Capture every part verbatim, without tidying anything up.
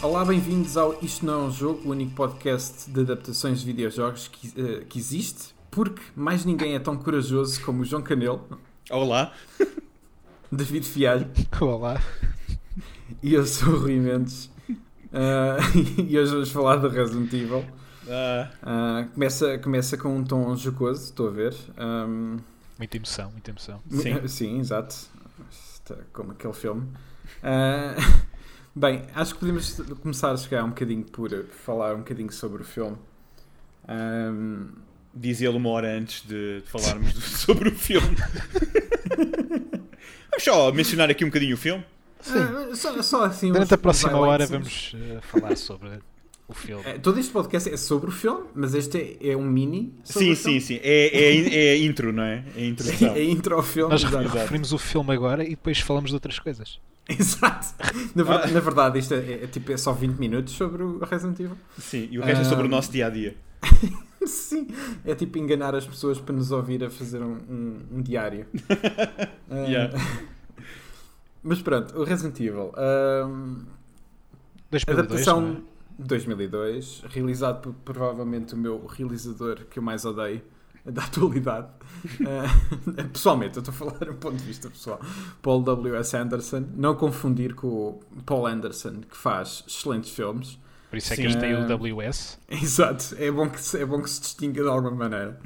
Olá, bem-vindos ao Isto Não é um Jogo, o único podcast de adaptações de videojogos que, uh, que existe, porque mais ninguém é tão corajoso como o João Canelo. Olá. David Fialho. Olá. E eu sou o Rui Mendes. Uh, e hoje vamos falar do Resident Evil. Uh, começa, começa com um tom jocoso, estou a ver. Um, muita emoção, muita emoção. Sim, sim, exato. Está como aquele filme. Uh, bem, acho que podemos começar a chegar um bocadinho por falar um bocadinho sobre o filme. Um, Diz ele uma hora antes de falarmos do, sobre o filme. Vamos só mencionar aqui um bocadinho o filme. Sim. Uh, só, só assim, durante a próxima hora vamos uh, falar sobre o filme. É, todo este podcast é sobre o filme, mas este é, é um mini. Sim, sim, sim. É, é, é intro, não é? É a introdução. É, é intro ao filme. Nós referimos o filme agora e depois falamos de outras coisas. Exato. Na verdade, na verdade isto é, é, tipo, é só vinte minutos sobre o Resident Evil. Sim, e o resto um... é sobre o nosso dia-a-dia. Sim, é tipo enganar as pessoas para nos ouvir a fazer um, um, um diário. uh, yeah. Mas pronto, o Resident Evil. Uh, dois mil e dois, adaptação de dois mil e dois, realizado por provavelmente o meu realizador que eu mais odeio da atualidade. Uh, pessoalmente, eu estou a falar do ponto de vista pessoal. Paul W S. Anderson. Não confundir com o Paul Anderson, que faz excelentes filmes. Por isso é que este tem o W S. Exato, é bom que se, é bom que se distinga de alguma maneira.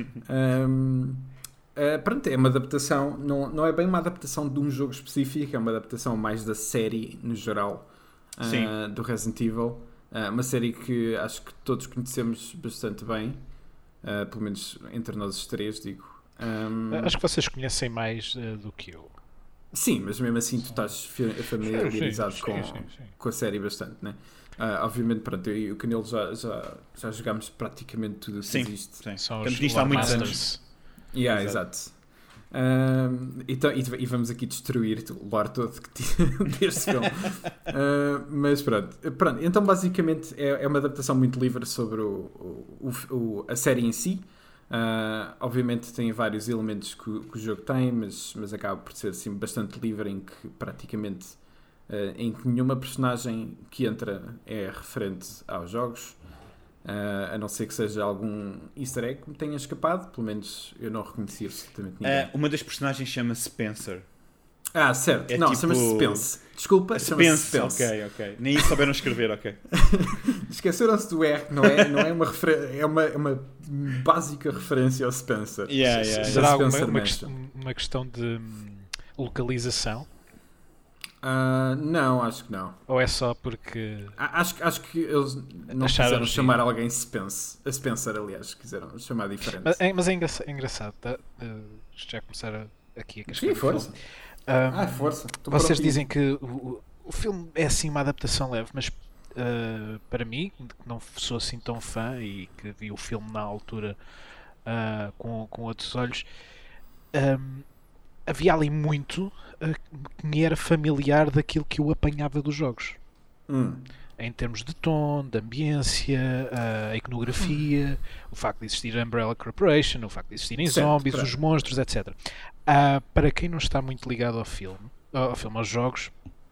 um, uh, pronto, é uma adaptação, não, não é bem uma adaptação de um jogo específico, é uma adaptação mais da série no geral uh, do Resident Evil. Uh, uma série que acho que todos conhecemos bastante bem, uh, pelo menos entre nós os três, digo. Um, acho que vocês conhecem mais uh, do que eu. Sim, mas mesmo assim tu estás familiarizado sim, sim, com, sim, sim, sim. com a série bastante, né? Uh, obviamente, pronto, eu e o Canelo já, já, já jogámos praticamente tudo o que sim, existe. Sim, são estamos nisto há muitos anos. Yeah, exato. exato. Uh, então, e, e vamos aqui destruir o lore todo que deste filme. Uh, mas pronto. pronto. Então, basicamente, é, é uma adaptação muito livre sobre o, o, o, a série em si. Uh, obviamente tem vários elementos que, que o jogo tem, mas, mas acaba por ser assim, bastante livre, em que praticamente uh, em que nenhuma personagem que entra é referente aos jogos, uh, a não ser que seja algum easter egg que me tenha escapado. Pelo menos eu não reconheci absolutamente ninguém. Uh, uma das personagens chama Spencer. Ah, certo. É não, tipo... chama-se Spence. Desculpa, Spence. chama-se Spence. Ok, ok. Nem isso souberam escrever, ok. Esqueceram-se do R, não é, não é, uma, refer... é, uma, é uma básica referência ao Spencer. Yeah, yeah, Será yeah. alguma uma, questão, uma questão de hum, localização? Uh, não, acho que não. Ou é só porque... Acho, acho que eles não Acharam quiseram chamar alguém Spence. A Spencer, aliás, quiseram chamar diferente. Mas é, mas é engraçado, é engraçado tá? uh, já começar a, aqui a cascar. Sim, força. Um, ah, força. Vocês dizem que o, o filme é assim uma adaptação leve, mas uh, para mim, que não sou assim tão fã e que vi o filme na altura uh, com, com outros olhos, um, havia ali muito uh, que me era familiar daquilo que eu apanhava dos jogos. Hum. Em termos de tom, de ambiência, a iconografia, o facto de existir a Umbrella Corporation, o facto de existirem certo, zombies, claro. os monstros, etcétera. Uh, para quem não está muito ligado ao filme, ao filme, aos jogos,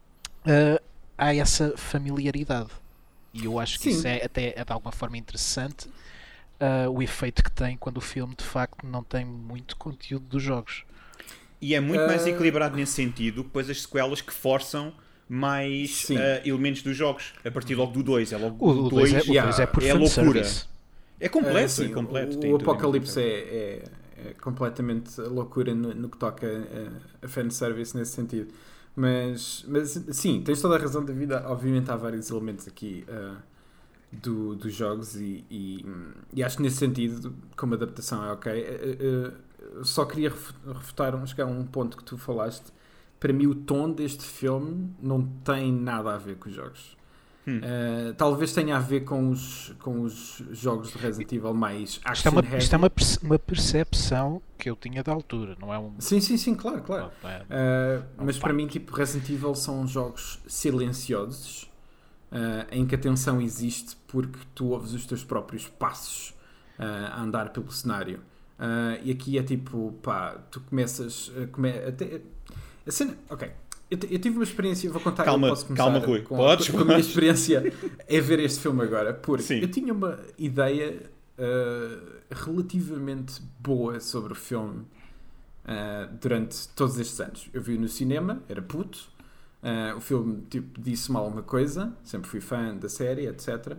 uh, há essa familiaridade. E eu acho que Sim. isso é até é de alguma forma interessante, uh, o efeito que tem quando o filme de facto não tem muito conteúdo dos jogos. E é muito uh... mais equilibrado nesse sentido, depois as sequelas que forçam mais uh, elementos dos jogos. A partir logo do dois. É logo o dois é, yeah, é, por é loucura. Service. É completo. Uh, sim, é completo. O, o Apocalipse é, é, é completamente loucura no, no que toca a, a fanservice nesse sentido. Mas, mas sim, tens toda a razão da vida. Obviamente há vários elementos aqui uh, do, dos jogos e, e, e acho que nesse sentido, como adaptação é ok. Uh, uh, só queria refutar, chegar a um ponto que tu falaste. Para mim o tom deste filme não tem nada a ver com os jogos. Hum. Uh, talvez tenha a ver com os, com os jogos de Resident Evil mais action isto é, uma, heavy. Isto é uma, uma percepção que eu tinha da altura, não é um... Sim, sim, sim, claro, claro. Não, é, uh, não mas é para mim, tipo, Resident Evil são jogos silenciosos, uh, em que a tensão existe porque tu ouves os teus próprios passos uh, a andar pelo cenário. Uh, e aqui é tipo, pá, tu começas... Uh, come, até, a cena, ok... Eu, eu tive uma experiência, vou contar, calma, eu posso começar calma, Rui. com, Podes, com a minha experiência é ver este filme agora, porque Sim. eu tinha uma ideia uh, relativamente boa sobre o filme uh, durante todos estes anos. Eu vi-o no cinema, era puto, uh, o filme tipo, disse-me alguma coisa, sempre fui fã da série, etcétera.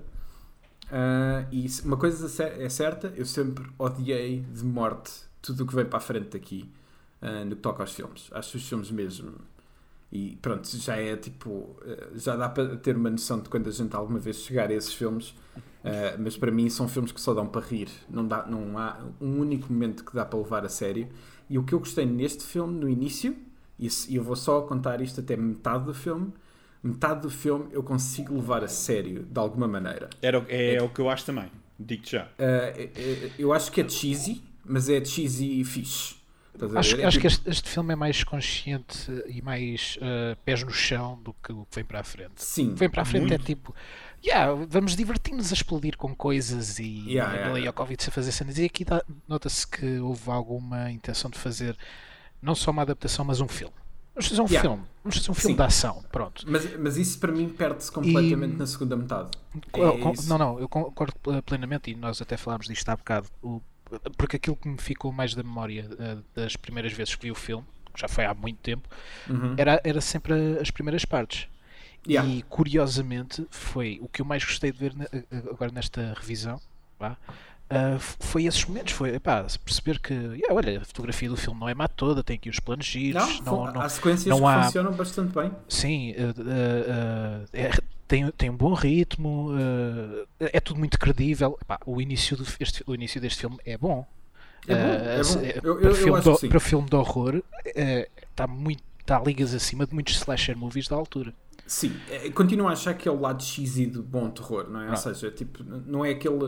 Uh, e uma coisa é certa, eu sempre odiei de morte tudo o que vem para a frente daqui, uh, no que toca aos filmes. Acho os filmes mesmo... E pronto, já é tipo... Já dá para ter uma noção de quando a gente alguma vez chegar a esses filmes. Uh, mas para mim são filmes que só dão para rir. Não, dá, não há um único momento que dá para levar a sério. E o que eu gostei neste filme, no início, e eu vou só contar isto até metade do filme, metade do filme eu consigo levar a sério, de alguma maneira. Era, é, é o que eu acho também. Digo-te já. Uh, eu acho que é cheesy, mas é cheesy e fixe. Acho, é acho tipo... que este, este filme é mais consciente e mais uh, pés no chão do que o que vem para a frente. Sim. O que vem para a frente muito. é tipo, yeah, vamos divertir-nos a explodir com coisas e yeah, a yeah, yeah. Jokovic a fazer cenas. E aqui dá, nota-se que houve alguma intenção de fazer não só uma adaptação, mas um filme. Vamos fazer um yeah. filme. Vamos fazer um filme Sim. de ação. Pronto. Mas, mas isso para mim perde-se completamente e... na segunda metade. É com, não, não, eu concordo plenamente e nós até falámos disto há bocado. O Porque aquilo que me ficou mais da memória uh, das primeiras vezes que vi o filme, que já foi há muito tempo, uhum. era, era sempre a, as primeiras partes. Yeah. E curiosamente foi o que eu mais gostei de ver na, agora nesta revisão. Pá, uh, foi esses momentos. Foi epá, perceber que yeah, olha, a fotografia do filme não é má toda, tem aqui os planos giros. Não, não, não, há sequências não que há... funcionam bastante bem. Sim, uh, uh, uh, é, Tem, tem um bom ritmo, uh, é tudo muito credível. Epá, o, início do, este, o início deste filme é bom. É bom, uh, é bom. É, eu, para, eu, filme eu acho do, que sim. para filme de horror, está uh, muito está ligas acima de muitos slasher movies da altura. Sim, é, continuo a achar que é o lado cheesy do bom terror, não é? Não. Ou seja, tipo, não é aquele...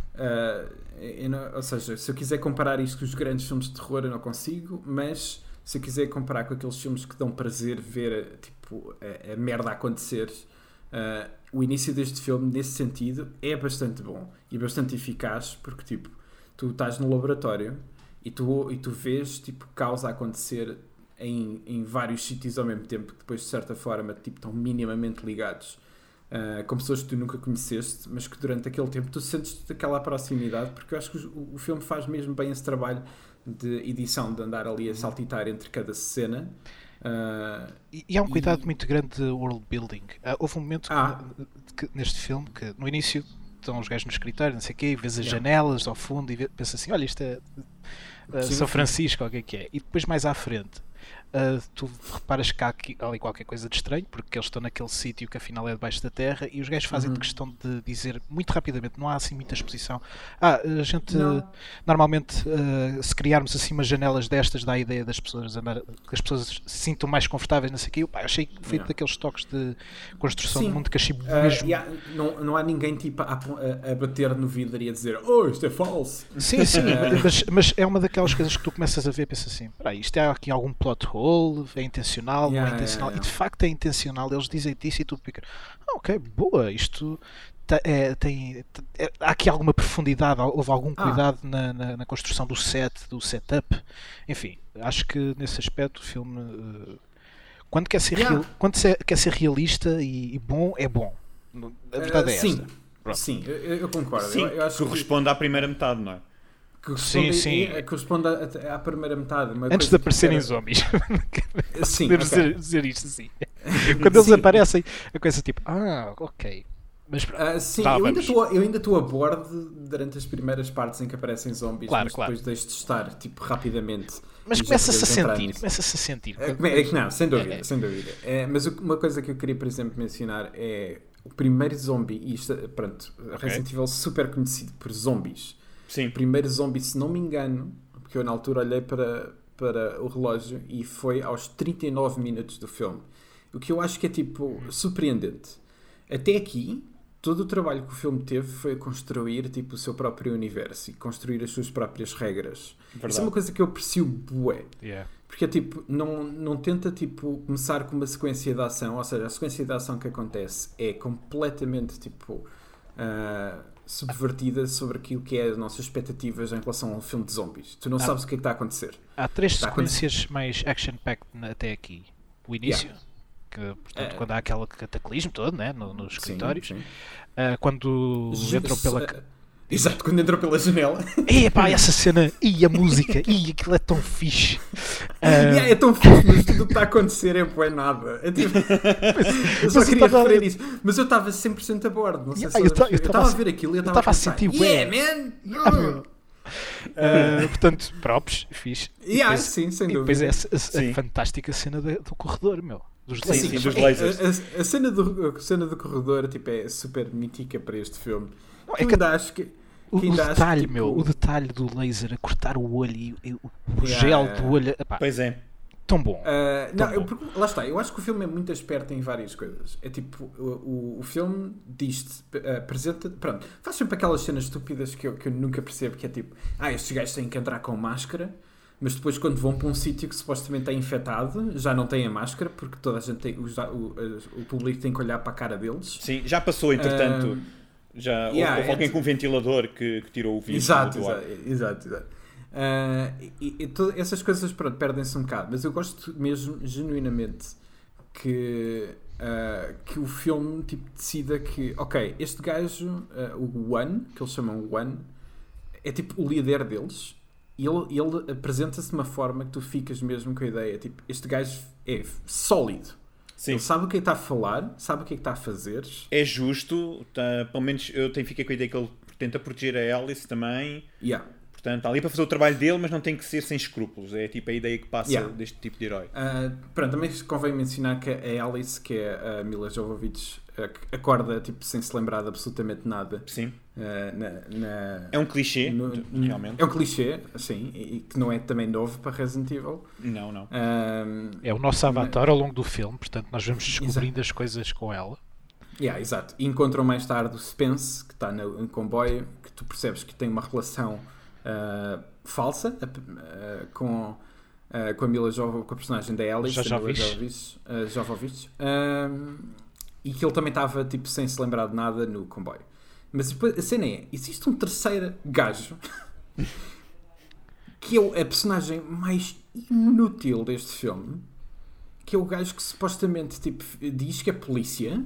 Uh, não, ou seja, se eu quiser comparar isto com os grandes filmes de terror eu não consigo, mas se eu quiser comparar com aqueles filmes que dão prazer ver tipo, a, a merda acontecer... Uh, o início deste filme, nesse sentido, é bastante bom e bastante eficaz, porque tipo, tu estás no laboratório e tu, e tu vês tipo, caos a acontecer em, em vários sítios ao mesmo tempo, que depois de certa forma tipo, estão minimamente ligados uh, com pessoas que tu nunca conheceste, mas que durante aquele tempo tu sentes aquela proximidade, porque eu acho que o, o filme faz mesmo bem esse trabalho de edição, de andar ali a saltitar entre cada cena. Uh, e, e há um cuidado e... muito grande de world building. Uh, houve um momento ah. que, que, neste filme que no início estão os gajos no escritório, não sei o quê, e vês as yeah. janelas ao fundo e pensa assim, olha, isto é uh, São Francisco, ou o que é que é? E depois mais à frente uh, tu reparas que há aqui, ali qualquer coisa de estranho, porque eles estão naquele sítio que afinal é debaixo da terra, e os gajos fazem uhum. de questão de dizer muito rapidamente, não há assim muita exposição. Ah, a gente não. normalmente uh, se criarmos assim umas janelas destas, dá a ideia das pessoas andar, que as pessoas se sintam mais confortáveis, não sei o quê. Eu, pá, achei que foi yeah. daqueles toques de construção Sim. do mundo que achei uh, mesmo. Yeah, não, não há ninguém tipo a, a, a bater no vidro e a dizer, oh, isto é falso. Sim, sim, mas, mas é uma daquelas coisas que tu começas a ver e pensas assim, peraí, isto é aqui algum plot hole, é intencional, yeah, não é intencional, yeah, yeah. e de facto é intencional, eles dizem isso e tu fica, ah, ok, boa, isto tá, é, tem, é, há aqui alguma profundidade, houve algum cuidado ah. na, na, na construção do set, do setup, enfim, acho que nesse aspecto o filme, uh, quando, quer ser yeah. real, quando ser, quer ser realista e, e bom, é bom, a verdade uh, é sim. esta. Pronto. Sim, eu, eu concordo. Sim, eu, eu acho corresponde que... à primeira metade, não é? Corresponde, sim, sim. É, corresponde à, à primeira metade. Uma Antes de aparecerem era... zombies. Sim, podemos okay. dizer, dizer isto assim. Quando eles aparecem, a coisa tipo, ah, ok. Mas, uh, sim, tá, eu, ainda tô, eu ainda estou a bordo durante as primeiras partes em que aparecem zombies, claro, mas claro. depois deixo de estar, tipo, rapidamente. Mas começa-se a sentir, começa-se a sentir. É, é, não, sem dúvida, é. sem dúvida. É, mas uma coisa que eu queria, por exemplo, mencionar é o primeiro zombie, e isto, pronto, okay. Resident Evil super conhecido por zombies. Sim. O primeiro zombie, se não me engano, porque eu na altura olhei para, para o relógio e foi aos trinta e nove minutos do filme. O que eu acho que é, tipo, surpreendente. Até aqui, todo o trabalho que o filme teve foi construir, tipo, o seu próprio universo e construir as suas próprias regras. Verdade. Isso é uma coisa que eu aprecio bué. Yeah. Porque, tipo, não, não tenta, tipo, começar com uma sequência de ação. Ou seja, a sequência de ação que acontece é completamente, tipo... Uh, subvertida sobre aquilo que é as nossas expectativas em relação ao filme de zombies. Tu não ah, sabes o que é que está a acontecer. Há três está sequências mais action-packed até aqui. O início, yeah. que, portanto, É. quando há aquele cataclismo todo, né, no, nos escritórios, Sim, sim. Uh, quando Ju- entram pela... se- Exato, quando entrou pela janela. Ei, pá, essa cena, e a música, e aquilo é tão fixe. Uh, Yeah, é tão fixe, mas tudo o que está a acontecer é bué nada. É tipo... eu só mas eu queria tava- referir isso. Mas eu estava cem por cento a bordo. Não sei Yeah, se eu ta- eu eu tava estava a a- ver aquilo e eu eu estava tava a pensar, sentir yeah, bué. man! Ah, meu. Uh, portanto, props, fixe. E Yeah, depois- sim, sem E depois dúvida. é a, a- a Sim. fantástica cena de- do corredor, meu. Dos Sim, lasers. sim, dos A- lasers. A, a- a cena do, a cena do corredor tipo, é super mítica para este filme. Não, Que é eu que ainda acho que. o, que o ainda acho detalhe, que, tipo, meu, o detalhe do laser a cortar o olho e, e o, o Yeah, gel yeah. do olho. Epá, Pois é. tão bom. Ah, Tão não, eu- bom. porque- lá está, eu acho que o filme é muito esperto em várias coisas. É tipo, o, o, o filme diz-te, ah, apresenta, pronto, faz sempre aquelas cenas estúpidas que eu, que eu nunca percebo, que é tipo, ah, estes gajos têm que entrar com máscara, mas depois quando vão para um sítio que supostamente é infectado, já não têm a máscara, porque toda a gente tem, os- o, o público tem que olhar para a cara deles. Sim, já passou, entretanto. Ah, Já houve- yeah, houve alguém é- com um ventilador que, que tirou o vírus Exato, do ar. exato, exato, exato. Ah, e, e todas essas coisas, pronto, perdem-se um bocado, mas eu gosto mesmo, genuinamente, que, ah, que o filme tipo, decida que, ok, este gajo, ah, o One, que eles chamam One, é tipo o líder deles, e ele, ele apresenta-se de uma forma que tu ficas mesmo com a ideia, tipo, este gajo é sólido. Sim. Ele sabe o que é que está a falar, sabe o que é que está a fazer. É justo, tá, pelo menos eu tenho, fiquei com a ideia que ele tenta proteger a Alice também. Yeah. Portanto, está ali para fazer o trabalho dele, mas não tem que ser sem escrúpulos. É tipo a ideia que passa Yeah. deste tipo de herói. Uh, pronto, também convém mencionar que a Alice, que é a Mila Jovovich, uh, que acorda tipo, sem se lembrar de absolutamente nada. Sim. Uh, na, na- É um clichê, no- realmente. É um clichê, sim, e, e que não é também novo para Resident Evil. Não, não. Um, É o nosso avatar ao longo do filme, portanto nós vamos descobrindo Exato. as coisas com ela. yeah, exato. E encontram mais tarde o Spence, que está no, no comboio, que tu percebes que tem uma relação uh, falsa uh, com, uh, com a Mila Jovovich, com a personagem da Alice, a Mila Jovovich. Jovovich, uh, Jovovich, um, e que ele também estava tipo, sem se lembrar de nada no comboio. Mas depois, a cena é, existe um terceiro gajo que é a personagem mais inútil deste filme, que é o gajo que supostamente tipo, diz que é polícia,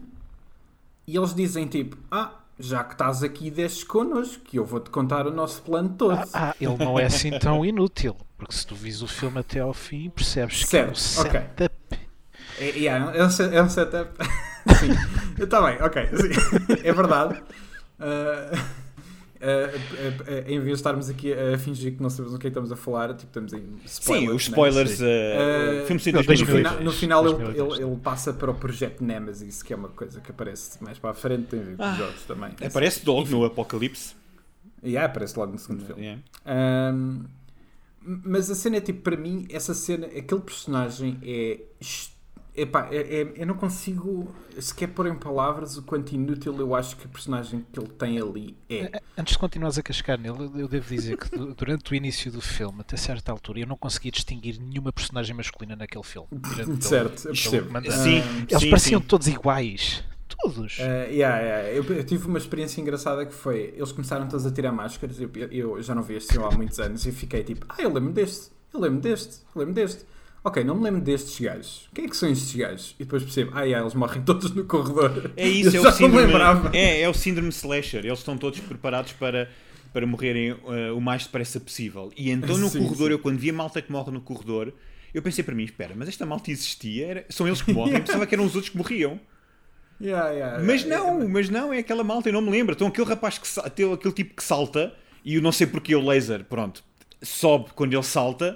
e eles dizem tipo, ah, já que estás aqui desces connosco, que eu vou-te contar o nosso plano todo. Ah, ah, ele não é assim tão inútil, porque se tu vis o filme até ao fim, percebes que é um Certo, ok. setup. É, yeah, é, um, set- é um setup. Sim, está bem, ok. Sim, é verdade. Uh, uh, uh, uh, em vez de estarmos aqui a fingir que não sabemos o que é que estamos a falar, tipo, estamos em spoilers. Sim, os né? spoilers. Sim. Uh, Uh, filme de não, No dois mil e final, dois. no final ele, dois mil e dois. ele, ele passa para o projeto Nemesis, que é uma coisa que aparece mais para a frente, tem a ver com os Ah, jogos também. Aparece logo no Apocalipse. E yeah, aparece logo no segundo filme. Yeah. Um, mas a cena é tipo, para mim, essa cena, aquele personagem é. est- Epá, é, é- eu não consigo sequer pôr em palavras o quanto inútil eu acho que a personagem que ele tem ali é. Antes de continuares a cascar nele, eu devo dizer que du- durante o início do filme, até certa altura, eu não conseguia distinguir nenhuma personagem masculina naquele filme. tirando pelo- Certo, eu pelo percebo. comandante. Sim, Eles sim, pareciam sim. todos iguais. Todos. Uh, yeah, yeah. Eu, eu tive uma experiência engraçada que foi, eles começaram todos a tirar máscaras, eu, eu já não vi este filme há muitos anos e fiquei tipo, ah, eu lembro deste, eu lembro deste, eu lembro deste. Ok, não me lembro destes gajos. Quem é que são estes gajos? E depois percebo, ah, yeah, eles morrem todos no corredor. É isso, eu é já o síndrome. não me lembrava. É, é o síndrome slasher. Eles estão todos preparados para, para morrerem uh, o mais depressa possível. E então no Sim, corredor, sim. eu quando vi a malta que morre no corredor, eu pensei para mim, espera, mas esta malta existia? Era- são eles que morrem? Eu pensava que eram os outros que morriam. Yeah, yeah, Mas yeah. não, mas não, é aquela malta, eu não me lembro. Então aquele rapaz que sa- tem aquele tipo que salta, e eu não sei porque o laser, pronto, sobe quando ele salta.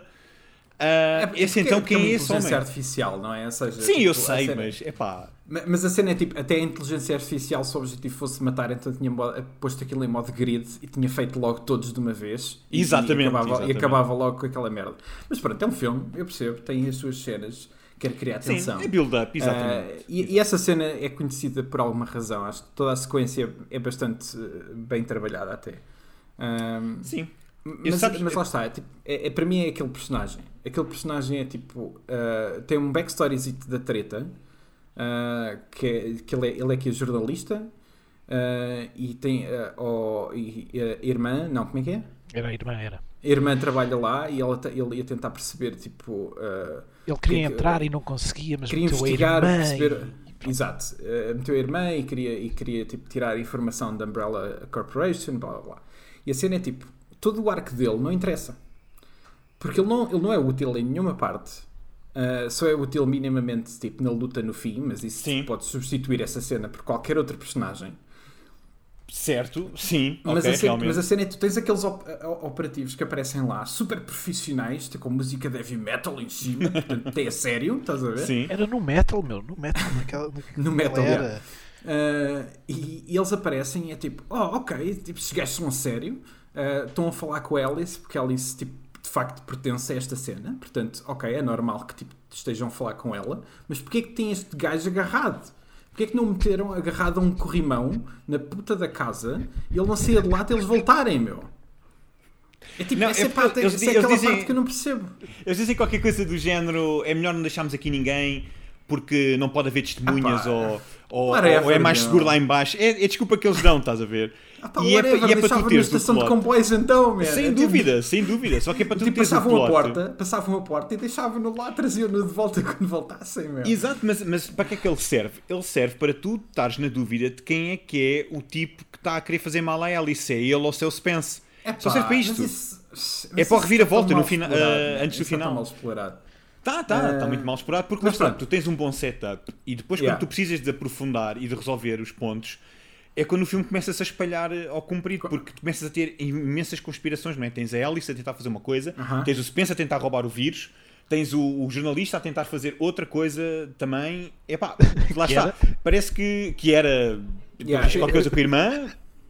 Ah, porque- esse então porque quem é uma esse inteligência homem? artificial, não é? Ou seja, Sim, tipo, eu a sei, cena- mas é pá. Ma- Mas a cena é tipo, até a inteligência artificial, se o objetivo fosse matar, então tinha mo- posto aquilo em modo grid e tinha feito logo todos de uma vez. E- Exatamente, E acabava, exatamente. E acabava logo com aquela merda. Mas pronto, é um filme, eu percebo, tem as suas cenas, quer criar Sim, atenção. é build-up, exatamente. Ah, e, e essa cena é conhecida por alguma razão. Acho que toda a sequência é bastante eh, bem trabalhada até. Ahm, Sim. mas, sabes- mas lá está, é, tipo, é- é- para mim é aquele personagem. Aquele personagem é tipo. ah, tem um backstory da treta. ah, que, é, que ele, é, ele é que é jornalista. ah, e tem ah, oh, e, e a irmã. Não, como é que é? Era a irmã, era. A irmã trabalha lá e ela, ele ia tentar perceber, tipo... Uh, ele queria que, entrar e não conseguia, mas queria meteu investigar, a irmã perceber... E... Exato. Uh, meteu a irmã e queria, e queria tipo, tirar a informação da Umbrella Corporation, blá blá blá. E a cena é tipo, todo o arco dele não interessa. Porque ele não, ele não é útil em nenhuma parte. Uh, só é útil minimamente tipo, na luta no fim, mas isso tipo, pode substituir essa cena por qualquer outro personagem. Certo, sim, mas, okay, a cena, realmente. mas a cena é que tu tens aqueles op operativos que aparecem lá, super profissionais, com música de heavy metal em cima, portanto até é sério, estás a ver? Sim. Era no metal, meu, no metal, naquela, naquela no metal, era. Uh, e, e eles aparecem e é tipo, oh, ok, tipo, estes gajos são a sério, uh, estão a falar com a Alice, porque a Alice, tipo, de facto pertence a esta cena, portanto, ok, é normal que tipo, estejam a falar com ela, mas porquê é que tem este gajo agarrado? Porquê é que não meteram agarrado a um corrimão na puta da casa e ele não saía de lá até eles voltarem, meu? É tipo, não, essa é, é, parte, eles, essa é aquela dizem, parte que eu não percebo. Eles dizem qualquer coisa do género, é melhor não deixarmos aqui ninguém porque não pode haver testemunhas, ou, ou, ou é mais seguro lá em baixo. É, é desculpa que eles dão, estás a ver? Ah, pá, e, whatever, é, e é para tu teres na estação de comboios então, man. Sem é dúvida, tipo... sem dúvida. Só que é para tu tipo, teres passavam o a plot. porta, passavam a porta e deixavam-no lá, traziam-no de volta quando voltassem, meu. Exato, mas, mas para que é que ele serve? Ele serve para tu estares na dúvida de quem é que é o tipo que está a querer fazer mal à Alice, é ele ou o seu Spence. Epá, só serve para isto. Isso, mas é para o reviravolta no final, uh, antes do está final. mal explorado. Tá, tá, está uh, muito mal explorado, porque mas mas, pronto, tu tens um bom setup e depois yeah. quando tu precisas de aprofundar e de resolver os pontos, é quando o filme começa-se a espalhar ao comprido, porque tu começas a ter imensas conspirações, não é? Tens a Alice a tentar fazer uma coisa, uh-huh. tens o Spence a tentar roubar o vírus, tens o, o jornalista a tentar fazer outra coisa também. Epá, lá está. Era? Parece que, que era yeah, qualquer coisa com a irmã.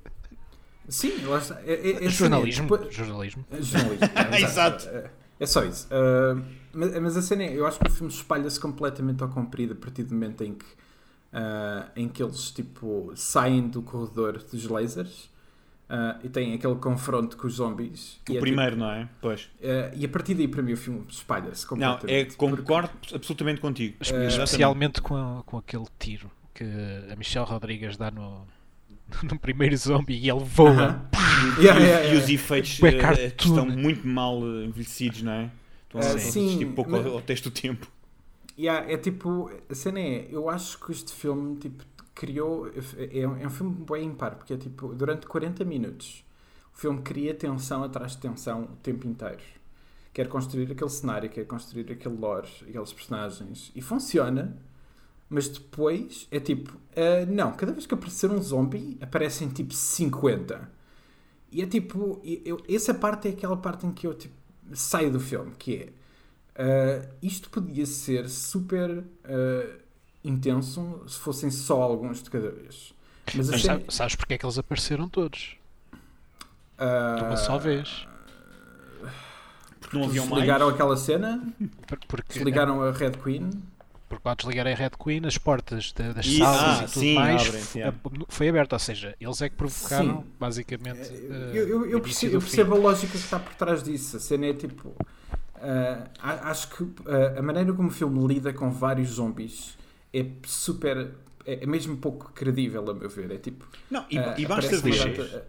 Sim, lá está. É, é, é jornalismo. Assim, jornalismo. jornalismo. É, exato. É, é só isso. Uh, mas, mas a cena é, eu acho que o filme espalha-se completamente ao comprido a partir do momento em que Uh, em que eles tipo saem do corredor dos lasers uh, e têm aquele confronto com os zombies. O e primeiro, é, tipo, não é? Pois. Uh, e a partir daí para mim o filme espalha-se completamente. Não, é, concordo porque... absolutamente contigo. Uh, especialmente com, a, com aquele tiro que a Michelle Rodrigues dá no, no primeiro zombie e ele voa. Uh-huh. e, yeah, yeah, yeah. e os efeitos uh, estão muito mal envelhecidos, não é? Estão uh, sim, tipo, pouco mas... ao, ao teste do tempo. Yeah, é tipo, a cena é, eu acho que este filme tipo, criou, é um, é um filme bem impar, porque é tipo, durante quarenta minutos o filme cria tensão atrás de tensão o tempo inteiro. Quer construir aquele cenário, quer construir aquele lore, aqueles personagens, e funciona, mas depois é tipo, uh, não, cada vez que aparecer um zombie aparecem tipo cinquenta. E é tipo, eu, essa parte é aquela parte em que eu tipo, saio do filme, que é Uh, isto podia ser super uh, intenso se fossem só alguns de cada vez. Mas, Mas assim, sabe, sabes porque é que eles apareceram todos? Uh, de uma só vez. Porque não haviam mais. Ligaram aquela cena, porque, desligaram a Red Queen. Porque ao desligar a Red Queen, as portas de, das e, salas ah, e tudo sim, mais abrem, foi, yeah. foi aberto. Ou seja, eles é que provocaram sim. basicamente. Uh, eu, eu, eu percebo, eu percebo a lógica que está por trás disso. A cena é tipo. Uh, acho que uh, a maneira como o filme lida com vários zombies é super. É, é mesmo pouco credível, a meu ver. É tipo. Não, e, uh, e basta ver. Data...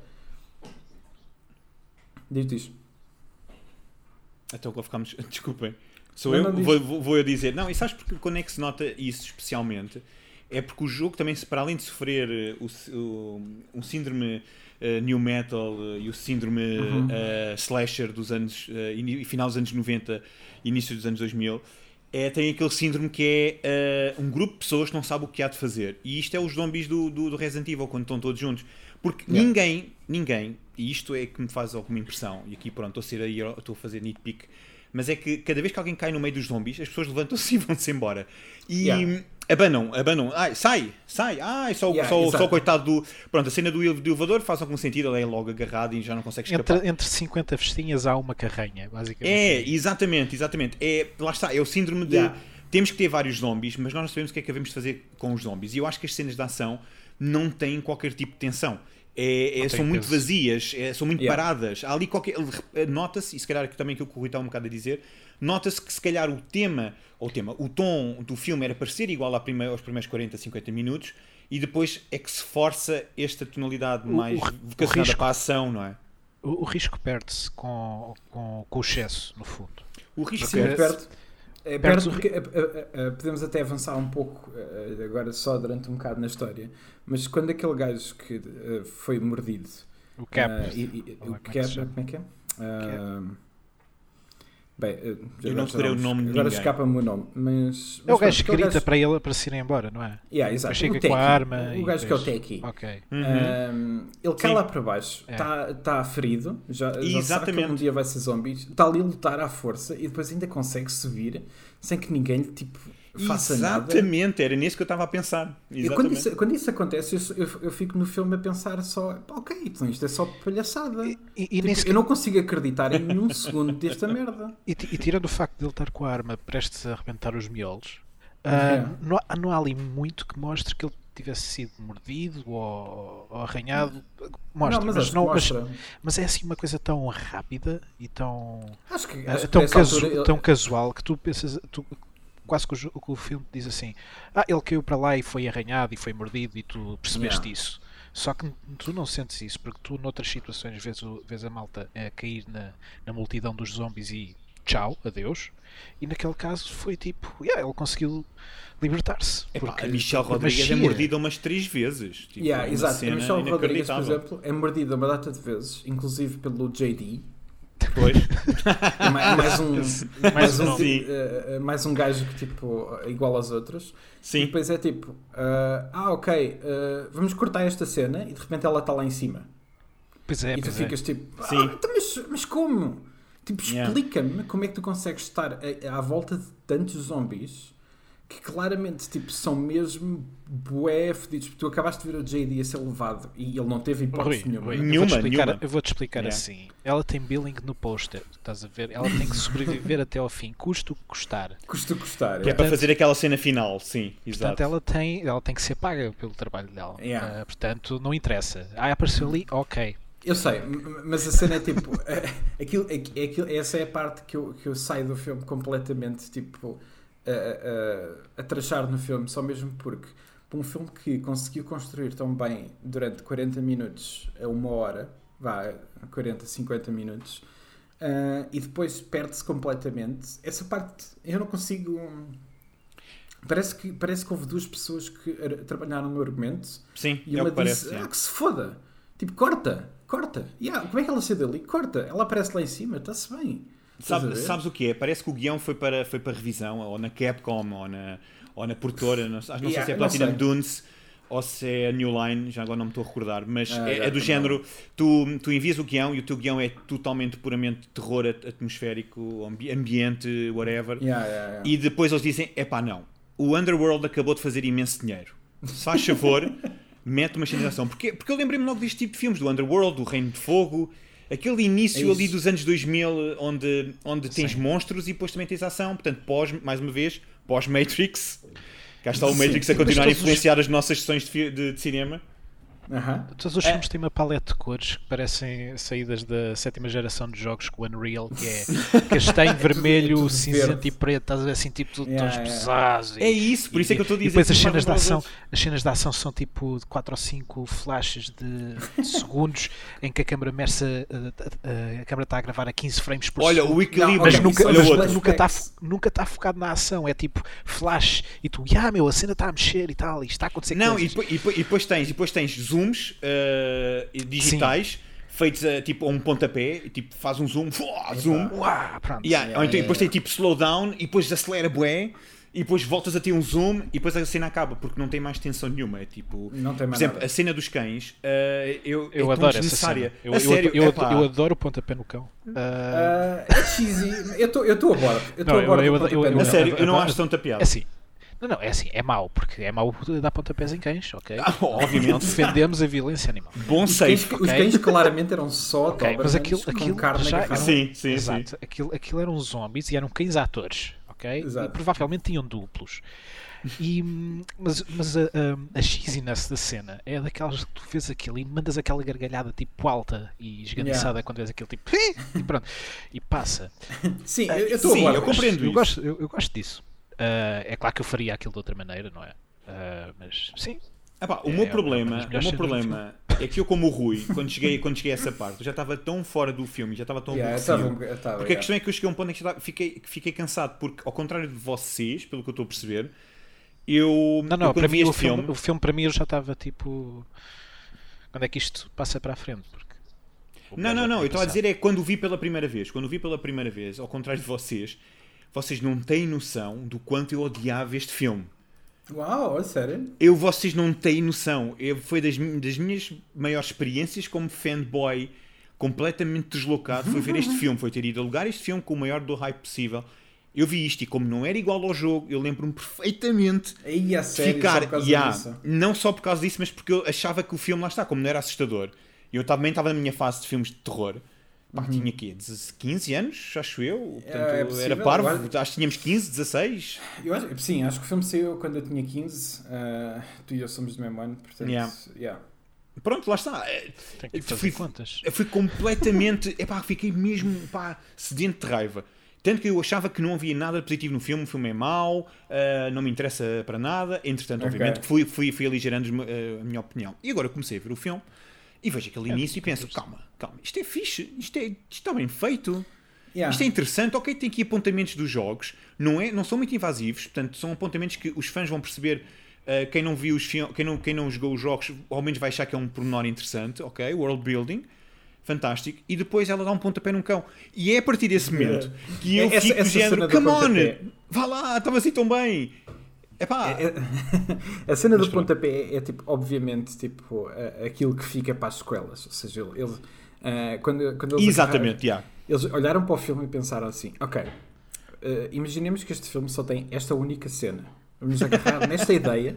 Diz, diz. Até agora ficamos. Desculpem. Sou não, eu? não vou, vou, vou eu dizer. Não, e sabes porque, quando é que se nota isso especialmente? É porque o jogo também, para além de sofrer o, o, um síndrome. Uh, new metal uh, e o síndrome uhum. uh, slasher dos anos uh, final dos anos noventa, início dos anos dois mil, é, tem aquele síndrome que é uh, um grupo de pessoas que não sabe o que há de fazer, e isto é os zombies do, do, do Resident Evil quando estão todos juntos, porque yeah. ninguém ninguém, e isto é que me faz alguma impressão, e aqui pronto, estou a, ser aí, estou a fazer nitpick, mas é que cada vez que alguém cai no meio dos zombies, as pessoas levantam-se e vão-se embora e yeah. abanam, abanam, ai, sai, sai, ai, só, yeah, só, só o coitado do. Pronto, a cena do, do elevador faz algum sentido, ele é logo agarrado e já não consegue escapar. Entre, entre cinquenta festinhas há uma carranha, basicamente. É, exatamente, exatamente. É, lá está, é o síndrome de. Yeah. Temos que ter vários zombies, mas nós não sabemos o que é que devemos fazer com os zombies. E eu acho que as cenas de ação não têm qualquer tipo de tensão. É, é, são muito vazias, é, são muito yeah. paradas. Há ali qualquer. Nota-se, e se calhar aqui também que o Rui está um bocado a dizer, nota-se que se calhar o tema, ou o tema, o tom do filme era parecer igual à primeira, aos primeiros quarenta, cinquenta minutos, e depois é que se força esta tonalidade mais o, vocacionada risco, para a ação, não é? O, o risco perde-se com, com, com o excesso, no fundo. O risco Sim, perde-se. perto. É, Perdes perto o porque, uh, uh, uh, podemos até avançar um pouco, uh, agora só durante um bocado na história, mas quando aquele gajo que uh, foi mordido, O Cap. uh, e, e, Ou o é como é que Cap, se chama? como é que é? Uh, bem, uh, Eu não decorei o nome de agora ninguém. escapa-me o nome, mas... É o mas gajo que pronto, aquele grita gajo- para ele para se ir embora, não é? Yeah, exato. Depois chega O com a Techie, arma o e gajo que é o depois- Techie. Ok. Uhum. Um, ele cai Sim. lá para baixo, É. está tá ferido, já, já sabe que Exatamente. um dia vai ser zombies, está ali a lutar à força e depois ainda consegue subir sem que ninguém lhe tipo, faça nada. Exatamente, era nisso que eu estava a pensar. E quando Exatamente. isso, quando isso acontece, eu, eu, eu fico no filme a pensar só, "Pá, ok, então isto é só palhaçada. E, e, e Tipo, nem sequer- eu não consigo acreditar em nenhum segundo desta merda. e ti- e tirando o facto de ele estar com a arma prestes a arrebentar os miolos, ah, Yeah. não, há, não há ali muito que mostre que ele tivesse sido mordido ou, ou arranhado. Mostra, não, mas, mas, acho que não, mas, mostra. mas é assim uma coisa tão rápida e tão, Acho que, ah, acho que tão, nessa casu- altura ele- tão casual que tu pensas. Tu, quase que o, jo- que o filme diz assim: ah, ele caiu para lá e foi arranhado e foi mordido e tu percebeste Yeah. isso. Só que tu não sentes isso, porque tu, noutras situações, vês, o, vês a malta a cair na, na multidão dos zombies e tchau, adeus. E naquele caso foi tipo, yeah, ele conseguiu libertar-se. Epá, porque a Michelle por Rodrigues é magia. mordida umas três vezes. Tipo, Yeah, é uma exato. A cena Michelle Rodrigues, por inacreditável. exemplo, é mordida uma data de vezes, inclusive pelo J D. Pois. É mais, mais um, mais, um um, nome. Sim. eh, eh, mais um gajo que tipo é igual aos outros. E Sim. depois é tipo, ah, ah, ok, ah, vamos cortar esta cena e de repente ela está lá em cima. Pois é, e tu pois é. ficas tipo, ah, Sim. então, mas, mas como? Tipo, Yeah. explica-me como é que tu consegues estar a- à volta de tantos zombies que claramente tipo, são mesmo bué fedidos. Tu acabaste de ver o J D a ser levado e ele não teve hipótese Rui, nenhuma. Rui, eu Nenhuma, vou-te explicar, nenhuma. eu vou-te explicar Yeah. assim. Ela tem billing no póster, estás a ver? Ela tem que sobreviver até ao fim, custa o que custar. Custa custar. Que é é. para fazer aquela cena final, sim. Portanto, Exato. ela tem, ela tem que ser paga pelo trabalho dela. Yeah. Ah, portanto, não interessa. Ah, apareceu ali, ok. Eu sei, m- mas a cena é tipo. aquilo, é, é aquilo, essa é a parte que eu, que eu saio do filme completamente tipo. A, a, a trachar no filme, só mesmo porque. Para um filme que conseguiu construir tão bem durante quarenta minutos a uma hora, vá, quarenta, cinquenta minutos, ah, e depois perde-se completamente. Essa parte eu não consigo. Parece que, parece que houve duas pessoas que ar- trabalharam no argumento. Sim, E é o uma que parece. disse, sim. ah, que se foda. Tipo, corta, corta. Yeah, como é que ela saiu dali? Corta. Ela aparece lá em cima, está-se bem. Estás a Sabe- ver? sabes o que é? Parece que o guião foi para, foi para revisão, ou na Capcom, ou na, ou na produtora, não, sei- não Yeah, sei se é não Platinum sei. Dunes ou se é a New Line, já agora não me estou a recordar, mas Ah, é, já é do também. género, tu, tu envias o guião e o teu guião é totalmente, puramente terror at- atmosférico, ambi- ambiente, whatever, Yeah, yeah, yeah. e depois eles dizem, epá não, o Underworld acabou de fazer imenso dinheiro, se faz favor, mete uma sinalização, porque, porque eu lembrei-me logo deste tipo de filmes, do Underworld, do Reino de Fogo, aquele início É ali isso. dos anos dois mil, onde, onde tens Sim. monstros e depois também tens ação, portanto, pós, mais uma vez, pós-Matrix, cá está o Sim. Matrix a Depois continuar a todos os- influenciar as nossas sessões de, fi- de- de cinema. Aham. Todos os É. filmes têm uma paleta de cores que parecem saídas da sétima geração de jogos com o Unreal, que é castanho, vermelho, tudo cinzento verde. e preto, estás a ver assim, tipo, tudo Yeah, tons yeah. pesados. e- É isso, por isso é que eu estou a E dizer depois as que cenas de faz ação, lembrar os as cenas de ação são tipo de quatro ou cinco flashes de, de segundos em que a câmera meça, a, a, a câmera está a gravar a quinze frames por Olha, segundo. o equilíbrio, Não, Mas ok, nunca, isso- olha mas o outro. nunca está Flashbacks. nunca tá focado na ação, é tipo flash e tu, ah meu, a cena está a mexer e tal, e está a acontecer Não, e coisas. depois, e depois- e depois tens, e depois tens zooms uh, digitais feitos a, tipo, a um pontapé, e, tipo, faz um zoom, fuá, zoom. Uau, pronto. Yeah, Yeah, ou então yeah, depois yeah. tem tipo slowdown e depois acelera bué e depois voltas a ter um zoom e depois a cena acaba porque não tem mais tensão nenhuma. É tipo, Não tem por mais exemplo, nada. a cena dos cães, uh, eu, Eu é adoro tão essa desnecessária. cena. Eu, a eu, sério, eu, epá. eu adoro o pontapé no cão. Ah, Ah, é cheesy. Eu estou eu estou a bordo. Eu estou Não, a bordo eu- do eu- pontapé eu- no A eu- chão. sério, eu não eu- acho tão tapiado. é assim. Não, não, é assim, é mau, porque é mau dar pontapés em cães, ok? Ah, Não obviamente. defendemos a violência animal. Bom Os cães, safe. os ok? cães claramente eram só Ok, mas Dobermans aquilo, com aquilo carne já agarrada. Sim, sim, Exato. sim. Aquilo, aquilo eram zombies e eram cães atores, ok? Exato. E provavelmente tinham duplos. E, hum, mas mas a, a, a cheesiness da cena é daquelas que tu vês aquilo e mandas aquela gargalhada tipo alta e esganiçada Yeah. quando vês aquilo tipo e pronto, e passa. Sim, eu eu estou a Sim, bordo. eu compreendo eu isso. gosto, eu, eu gosto disso. Ah, é claro que eu faria aquilo de outra maneira, não é? Ah, mas sim. Epá, o É, meu é uma problema, das o melhores meu cenas do problema é que eu como o Rui, quando cheguei, quando cheguei a essa parte, eu já estava tão fora do filme, já estava tão Yeah, aborrecido. eu tava- eu tava, Porque a yeah. questão é que eu cheguei a um ponto em que já tava- fiquei, fiquei cansado, porque ao contrário de vocês, pelo que eu estou a perceber, eu, Não, não, eu quando para vi mim o este filme, filme, o filme para mim eu já estava tipo. Quando é que isto passa para a frente? Porque o Não, gajo não, já não, tinha eu estou a passado. dizer é quando o vi pela primeira vez. Quando o vi pela primeira vez, ao contrário de vocês, vocês não têm noção do quanto eu odiava este filme. Uau, a sério? Eu, vocês não têm noção. Eu, foi das, mi- das minhas maiores experiências como fanboy, completamente deslocado, foi ver este filme, foi ter ido alugar este filme com o maior do hype possível. Eu vi isto e como não era igual ao jogo, eu lembro-me perfeitamente Aí, a de sério, ficar, só por causa yeah, disso. não só por causa disso, mas porque eu achava que o filme, lá está, como não era assustador, eu também estava na minha fase de filmes de terror. Pá, tinha quê? quinze anos, acho eu. Portanto, Uhum. É possível, era parvo, agora- acho que tínhamos quinze, dezasseis. Eu acho, sim, acho que o filme saiu quando eu tinha quinze. ah, tu e eu somos do mesmo ano, portanto. Yeah. Yeah. Pronto, lá está. É, Tenho que fui- fazer contas. Eu fui completamente. Epá, fiquei mesmo pá, sedento de raiva. Tanto que eu achava que não havia nada de positivo no filme. O filme é mau, ah, não me interessa para nada. Entretanto, Ok. obviamente, que fui, fui, fui aligerando ah, a minha opinião. E agora comecei a ver o filme e vejo aquele início e penso: calma, calma, isto é fixe, isto, é, isto está bem feito. Yeah. Isto é interessante, ok, tem aqui apontamentos dos jogos, não, é, não são muito invasivos, portanto, são apontamentos que os fãs vão perceber. Uh, quem não viu os filmes, quem não, quem não jogou os jogos, ao menos vai achar que é um pormenor interessante, ok? World building, fantástico. E depois ela dá um pontapé num cão. E é a partir desse momento que eu Essa- fico do essa género, cena do come on, pontapé. vá lá, estava assim tão bem. Epá, É- é- a cena Mas do pronto. pontapé é, é, tipo, obviamente, tipo, a- aquilo que fica para as sequelas. Ou seja, ele, ele, ah, quando, quando eles exatamente, já. agarraram- eles olharam para o filme e pensaram assim: ok, ah, imaginemos que este filme só tem esta única cena. Vamos agarrar nesta ideia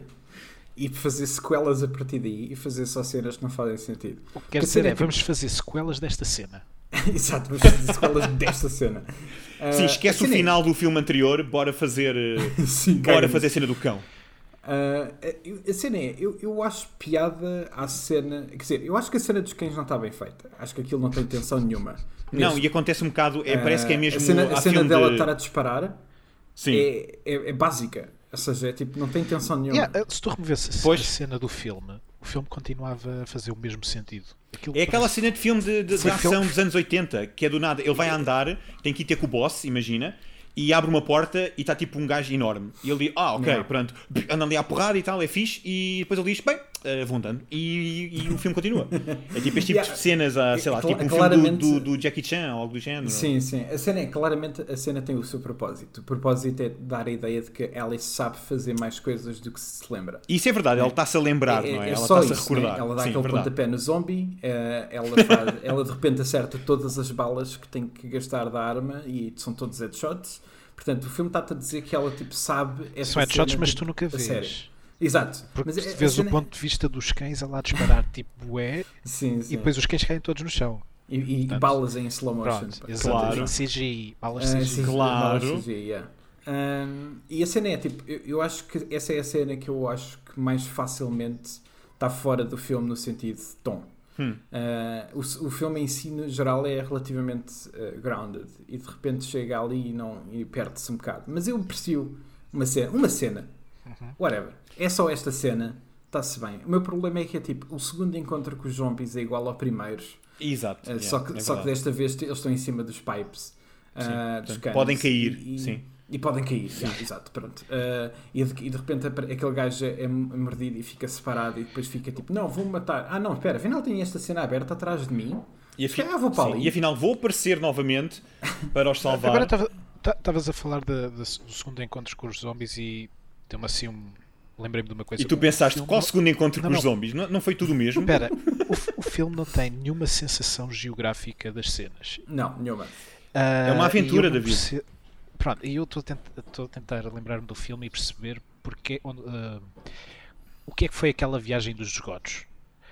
e fazer sequelas a partir daí e fazer só cenas que não fazem sentido. O que quer Porque a dizer cena é, tipo- vamos fazer sequelas desta cena. Exato, vamos fazer sequelas desta cena. Ah, Sim, esquece a o cena é- final do filme anterior, bora fazer, uh, Sim, bora caga fazer a nisso. cena do cão. Ah, a cena é, eu, eu acho piada à cena. Quer dizer, eu acho que a cena dos cães não está bem feita. Acho que aquilo não tem intenção nenhuma. Não, Mesmo. e acontece um bocado, é, parece que é Ah, mesmo A cena, há a cena filme dela de- estar a disparar Sim. é, é, é básica. Ou seja, é tipo, não tem intenção nenhuma. Yeah, se tu removesse Pois. a cena do filme, o filme continuava a fazer o mesmo sentido. Aquilo É aquela parece- cena de filme de, de, de Foi ação filme- dos anos oitenta, que é do nada, ele vai andar, tem que ir ter com o boss, imagina, e abre uma porta e está tipo um gajo enorme. E ele diz, ah, ok, Não. pronto, anda ali à porrada e tal, é fixe, e depois ele diz, bem, eh, vou andando. E, e o filme continua. É tipo este tipo Yeah. de cenas, ah, sei lá, É cla- tipo um claramente- filme do, do, do Jackie Chan ou algo do género. Sim, sim. A cena é, claramente, a cena tem o seu propósito. O propósito é dar a ideia de que Alice sabe fazer mais coisas do que se lembra. Isso é verdade, ele está-se a lembrar, É- não é? é Ela só está-se a isso, recordar. né? Ela dá Sim, aquele verdade. pontapé no zombie, eh, ela, faz- ela de repente acerta todas as balas que tem que gastar da arma e são todos headshots. Portanto, o filme está-te a dizer que ela tipo, sabe essa São headshots, cena, mas tipo, tu nunca a sério. vês. Exato. Porque Mas tu a- a vês cena- o ponto de vista dos cães a lá disparar tipo bué Sim, sim. e depois os cães caem todos no chão. E, e Portanto, balas em slow motion. Pronto, pá. exatamente. Claro. C G I, balas Ah, C G I. sim, Claro. balas C G I, yeah. Um, e a cena é tipo, eu, eu acho que essa é a cena que eu acho que mais facilmente está fora do filme no sentido de tom. Hum. Uh, o, o filme em si, no geral, é relativamente uh, grounded e de repente chega ali e, não, e perde-se um bocado. Mas eu aprecio uma cena, uma cena, Uhum. whatever. É só esta cena, está-se bem. O meu problema é que é tipo, o segundo encontro com os zombies é igual ao primeiro, Exato. uh, yeah, só, que, é só que verdade. desta vez eles estão em cima dos pipes. uh, Sim, dos portanto, canos. podem cair, E- e- sim. E podem cair, yeah, exato, pronto. Uh, e, de, e de repente apare- aquele gajo é, é mordido e fica separado e depois fica tipo, não, vou-me matar. Ah não, espera, afinal tem esta cena aberta atrás de mim. E, afi- Ah, vou para sim, ali. e afinal vou aparecer novamente para os salvar. Agora estava- ta- estavas a falar de- de- do segundo encontro com os zombies e deu-me assim um. Lembrei-me de uma coisa. E tu O pensaste, filme qual não- segundo encontro Não, com os não. zombies? Não, não foi tudo o mesmo? Espera, o, f- o filme não tem nenhuma sensação geográfica das cenas. Não, nenhuma. É uma aventura, David. Pronto, e eu estou a, tent- estou a tentar lembrar-me do filme e perceber porque, onde, ah, o que é que foi aquela viagem dos esgotos.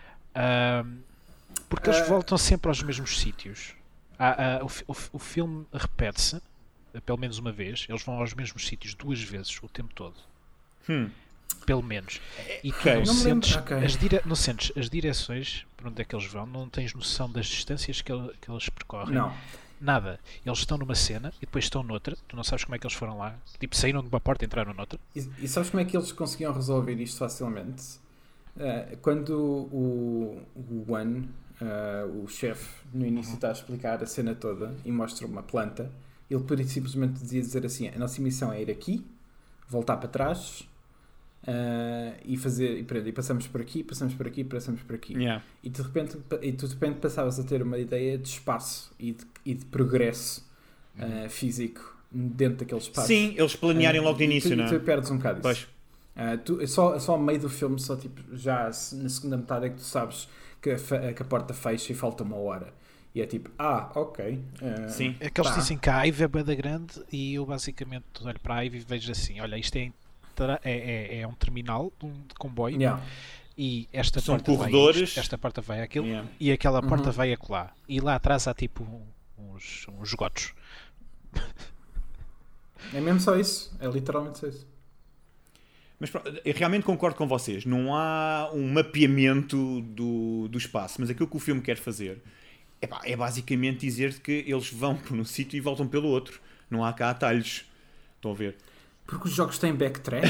Ah, porque eles Ah. voltam sempre aos mesmos sítios. Ah, ah, o, fi- o fi- o filme repete-se, ah, pelo menos uma vez. Eles vão aos mesmos sítios duas vezes o tempo todo. Hum. Pelo menos. E tu Ok. não, Não me lembro- sentes, ok. as dire- não sentes as direções para onde é que eles vão, não tens noção das distâncias que, ele- que eles percorrem. Não. Nada. Eles estão numa cena e depois estão noutra. Tu não sabes como é que eles foram lá. Tipo, saíram de uma porta e entraram noutra. E, e sabes como é que eles conseguiam resolver isto facilmente? Uh, quando o, o One, uh, o chefe, no início está a explicar a cena toda e mostra uma planta, ele pura e simplesmente dizia dizer assim: a nossa missão é ir aqui, voltar para trás uh, e fazer. E, pronto, e passamos por aqui, passamos por aqui, passamos por aqui. Yeah. E, de repente, e tu de repente passavas a ter uma ideia de espaço e de, e de progresso uh, físico dentro daquele espaço. Sim, eles planearem uh, logo de início, tu, não é? tu perdes um bocado isso. Pois. Uh, tu, só, só ao meio do filme, só tipo, já na segunda metade é que tu sabes que a, que a porta fecha e falta uma hora. E é tipo, ah, ok. Uh, Sim. É que eles tá. dizem que a Ivy é bada grande e eu basicamente olho para a Ivy e vejo assim, olha, isto é, é, é, é um terminal de, um, de comboio Yeah. e esta São porta corredores. vai a isto, esta porta vai àquilo Yeah. e aquela porta Uhum. vai acolá. E lá atrás há tipo uns, uns esgotos. É mesmo só isso. É literalmente só isso. Mas pronto, eu realmente concordo com vocês. Não há um mapeamento do, do espaço, mas aquilo que o filme quer fazer epá, é basicamente dizer que eles vão por um sítio e voltam pelo outro. Não há cá atalhos. Estão a ver? Porque os jogos têm backtrack.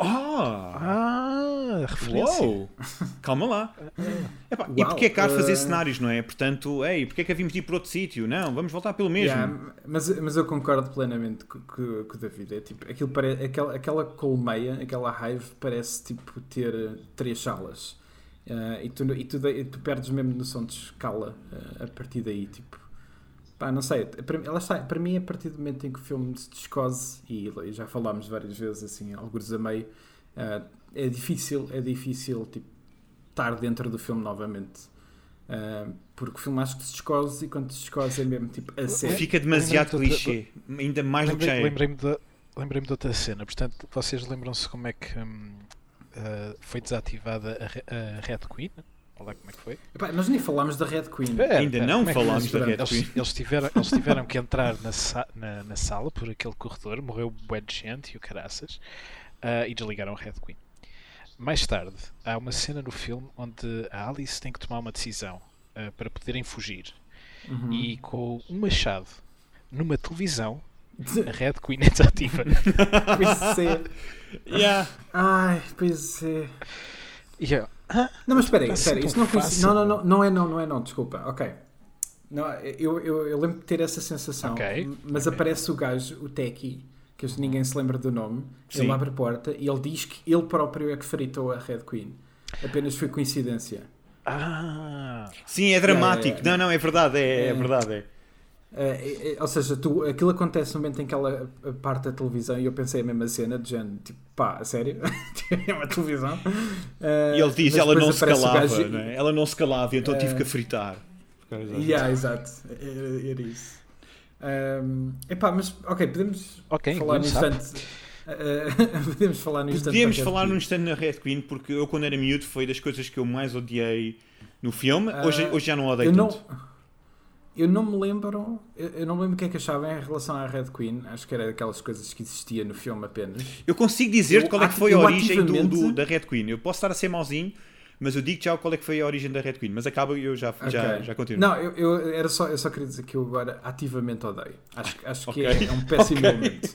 Ah! Ah, referência. Uou! Calma lá. Epá, e Uau, porque é caro fazer uh, cenários, não é? Portanto, ei, porque é que havíamos de ir para outro sítio? Não, vamos voltar pelo mesmo. Yeah, mas, mas eu concordo plenamente com, com, com o David. É tipo, aquilo pare, aquela, aquela colmeia, aquela hive parece tipo ter três salas. Uh, e, tu, e, tu, e tu perdes mesmo noção de escala uh, a partir daí. Tipo, pá, não sei. Para, ela está, para mim, a partir do momento em que o filme se descose, e, e já falámos várias vezes, assim, alguns a meio, uh, é difícil, é difícil tipo, estar dentro do filme novamente. Uh, porque o filme acho que se descose e quando se descose é mesmo tipo a sério. Fica demasiado Lembrei-me de- clichê. Ainda mais do que já Lembrei- é. Lembrei-me de, lembrei-me de outra cena. Portanto, vocês lembram-se como é que hum, uh, foi desativada a, Re- a Red Queen? Olha lá como é que foi. Epá, nós nem falámos da Red Queen. Espera, Ainda espera, não como é que falámos foi? da Red eles, Queen. Eles tiveram, eles tiveram que entrar na, sa- na, na sala por aquele corredor, morreu bué de gente e o caraças, uh, e desligaram a Red Queen. Mais tarde, há uma cena no filme onde a Alice tem que tomar uma decisão uh, para poderem fugir. Uhum. E com um machado numa televisão, a Red Queen é desativa. Pois é. Yeah. Ai, pois é. E eu, ah, Não, mas espera aí, Parece espera aí, tão isso não foi fácil, não, não, meu. não, não é não, não é não, desculpa, ok. Não, eu, eu, eu lembro de ter essa sensação, Ok, mas ok. aparece o gajo, o Techie, que hoje ninguém se lembra do nome, Sim. ele abre a porta e ele diz que ele próprio é que fritou a Red Queen. Apenas foi coincidência. ah, Sim, é dramático. Yeah, yeah, yeah. Não, não, é verdade. É, é É. verdade. É. É, é, é, ou seja, tu, aquilo acontece no momento em que ela parte da televisão e eu pensei a mesma cena, de género, tipo, pá, a sério? É uma televisão? Uh, E ele diz mas ela não depois se aparece o calava, gajo e- não é? Ela não se calava, então É. tive que a fritar. Yeah, exato. Era, era isso. Um, epá, mas ok, podemos ok, falar no Gwen sabe. instante. Uh, podemos falar no instante. Podíamos da Red falar Queen. num instante na Red Queen, porque eu, quando era miúdo, foi das coisas que eu mais odiei no filme. Ah, Hoje, hoje já não odeio Eu não, tanto. eu não me lembro. Eu, eu não me lembro o que é que achava em relação à Red Queen. Acho que era daquelas coisas que existia no filme apenas. Eu consigo dizer-te Eu qual é que foi a ati- eu origem do, ativamente- do- da Red Queen. Eu posso estar a ser mauzinho, mas eu digo já qual é que foi a origem da Red Queen. Mas acaba e eu já, já, Ok. já continuo. Não, eu, eu, era só, eu só queria dizer que eu agora ativamente odeio. Acho, acho que Ok. é, é um péssimo Ok. momento.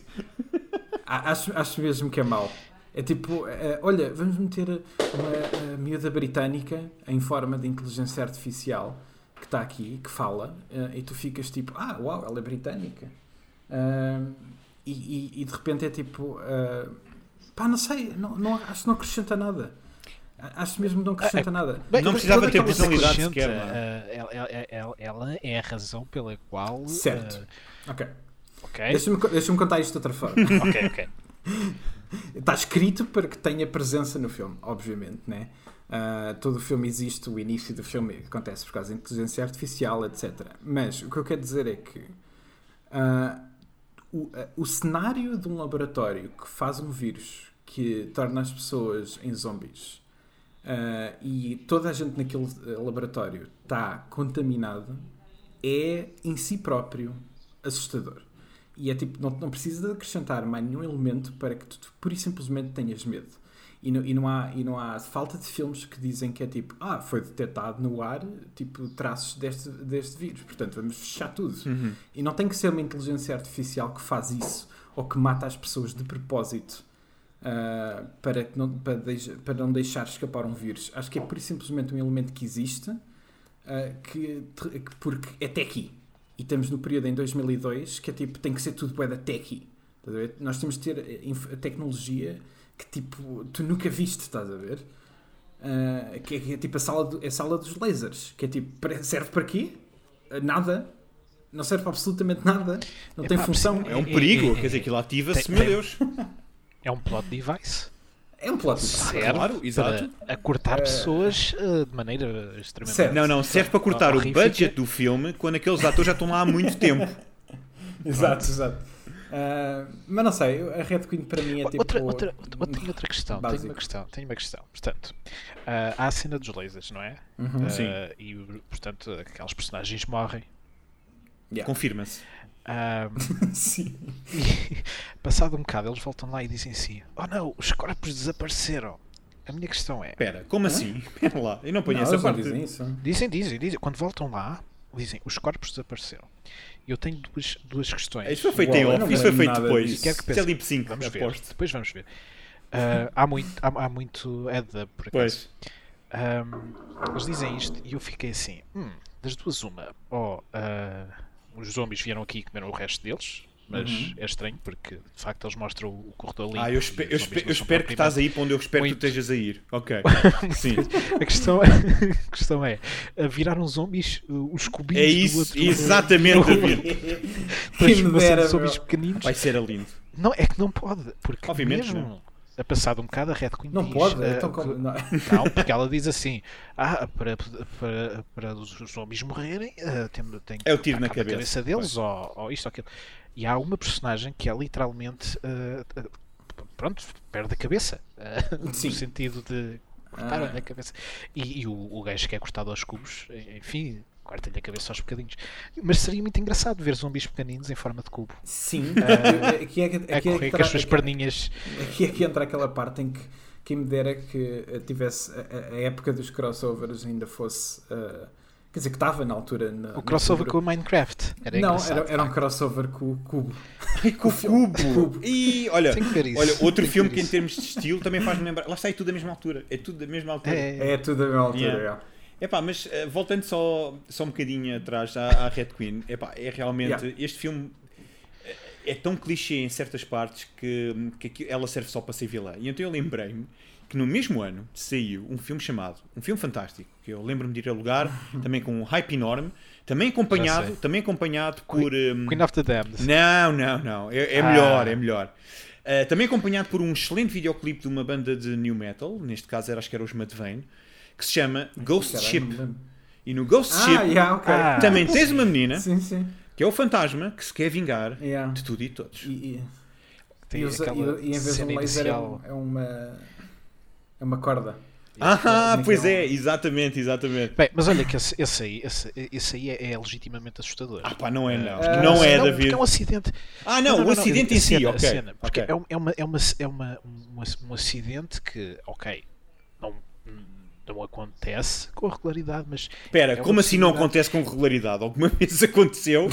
A- Acho, acho mesmo que é mau. É tipo, eh, olha, vamos meter uma eh, miúda britânica em forma de inteligência artificial que está aqui, que fala, eh, e tu ficas tipo, ah, uau, ela é britânica. Ah, e, e- e de repente é tipo, ah, pá, não sei, não, não, acho que não acrescenta nada. A- Acho mesmo que não acrescenta nada. Bem, Não mas precisava toda ter aquela personalidade acrescenta, sequer, não ah, ela, ela- ela- ela é a razão pela qual. Certo. ah, Ok. ok. Deixa-me deixa-me contar isto de outra forma. ok, ok. Está escrito para que tenha presença no filme, obviamente, né? Uh, todo o filme existe, o início do filme acontece por causa da inteligência artificial, etcétera. Mas o que eu quero dizer é que uh, o, uh, o cenário de um laboratório que faz um vírus que torna as pessoas em zombies uh, e toda a gente naquele uh, laboratório está contaminado é em si próprio assustador. E é tipo, não, não precisa de acrescentar mais nenhum elemento para que tu, tu pura e simplesmente tenhas medo. E não, e, não há, e não há falta de filmes que dizem que é tipo, ah, foi detectado no ar tipo, traços deste, deste vírus, portanto vamos fechar tudo. Uhum. E não tem que ser uma inteligência artificial que faz isso ou que mata as pessoas de propósito uh, para, que não, para, deixa, para não deixar escapar um vírus. Acho que é por simplesmente um elemento que existe, uh, que, que, porque é techie. E estamos no período em dois mil e dois que é tipo, tem que ser tudo bué da techie. Estás a ver? Nós temos de ter a tecnologia que tipo, tu nunca viste, estás a ver? Uh, que, é, que é tipo a sala, do, a sala dos lasers, que é tipo, serve para quê? Nada. Não serve para absolutamente nada. Não É tem pá, função. É um É- perigo, é- quer dizer, aquilo ativa-se, tem- meu tem- Deus. É um plot device. É um plot. Serve claro, exato. para cortar pessoas uh, de maneira extremamente... Certo. Não, não, serve para cortar o Horrífica. budget do filme quando aqueles atores já estão lá há muito tempo. Exato, exato. Uh, mas não sei, a Red Queen para mim é tipo. outra, outra, outra, tenho outra questão, tenho básico. uma questão, tenho uma questão. Portanto, uh, há a cena dos lasers, não é? Uhum. Uh, Sim. E, portanto, aqueles personagens morrem. Yeah. Confirma-se. Um, Sim. e, passado um bocado, eles voltam lá e dizem assim: oh não, os corpos desapareceram. A minha questão é: Espera, como assim? Espera lá, eu não ponho Não, essa eles não parte. dizem isso. dizem, dizem, dizem, quando voltam lá, dizem os corpos desapareceram. E eu tenho duas, duas questões. Isto foi feito Uau, em eu off, não isto foi lembro feito nada depois. disso. Quero que Isto é pense. lip sync, Vamos ver, aposto. depois vamos ver. Uh, há muito, há, há muito head-up por acaso. Pois. Um, eles dizem isto e eu fiquei assim: hum, das duas, uma, ou uh, os zombies vieram aqui e comeram o resto deles, mas Uhum. é estranho porque de facto eles mostram o, o corredor limpo. Ah, eu, espe- eu, espe- eu espero que estás aí para onde eu espero que tu Muito. estejas a ir. Ok. Sim. A questão, a questão é: uh, viraram zombies, uh, os cubinhos É do isso, outro, exatamente, do- David. transformação me dera, de zombies meu. pequeninos. Vai ser lindo. Não, é que não pode, porque Obviamente mesmo não. a passado um bocado a Red Queen Não diz, pode. uh, Então, como- que- não. Não, porque ela diz assim: ah, para, para, para os zombies morrerem, uh, tem, tem que É o tiro na cortar a cabeça. deles, ou, ou isto ou aquilo. E há uma personagem que é literalmente, uh, uh, pronto, perde a cabeça, uh, Sim. no sentido de cortar-lhe Ah. a cabeça. E, e o, o gajo que é cortado aos cubos, enfim, corta-lhe a cabeça aos bocadinhos. Mas seria muito engraçado ver zombies pequeninos em forma de cubo. Sim. Ah, aqui é que, A aqui é que correr com tra- as suas aqui- perninhas. Aqui é que entra aquela parte em que quem me dera que eh, tivesse a, a época dos crossovers ainda fosse. eh, quer dizer, que estava na altura. Na, O na crossover figura- com o Minecraft. Era Não, engraçado. era, era um crossover com o cubo. Ai, com o cubo. E olha, Tem que ver isso. olha, outro Tem que filme ver que em isso. termos de estilo também faz-me lembrar. Lá está, é tudo da mesma altura. É tudo da mesma altura. É, É tudo da mesma altura. Yeah. yeah. Epá, mas uh, voltando só, só um bocadinho atrás à, à Red Queen, epá, é realmente, Yeah. este filme é, é tão clichê em certas partes que, que aqui- ela serve só para ser vilã. E então eu lembrei-me que no mesmo ano saiu um filme chamado, um filme fantástico, que eu lembro-me de ir alugar, também com um hype enorme, também Já acompanhado, sei. também acompanhado por... um, Queen of the Damned. Não, não, não, é, é Ah. melhor, é melhor. Uh, também acompanhado por um excelente videoclipe de uma banda de new metal, neste caso era, acho que era os Mudvayne, que se chama Ghost Caralho, Ship. não me lembro. E no Ghost Ah, Ship yeah, ok. Ah. também tens uma menina Sim, sim. que é o fantasma que se quer vingar Yeah. de tudo e todos. E, e, Tem e, usa- aquela e- e em vez de cena um laser é, inicial. um- é uma. É uma corda. Ah, Naquela- pois é, exatamente, exatamente. Bem, mas olha que esse, esse aí, esse, esse aí é, é legitimamente assustador. Ah pá, não é não. Ah, não é, não, David. porque é um acidente. Ah, não, o acidente a em si, cena, a ok. cena, porque ok. é, um- é uma, é, uma, é uma, um, um acidente que, ok, não, não acontece com regularidade, mas Espera, é uma como assim não possibilidade. acontece com regularidade? Alguma vez aconteceu?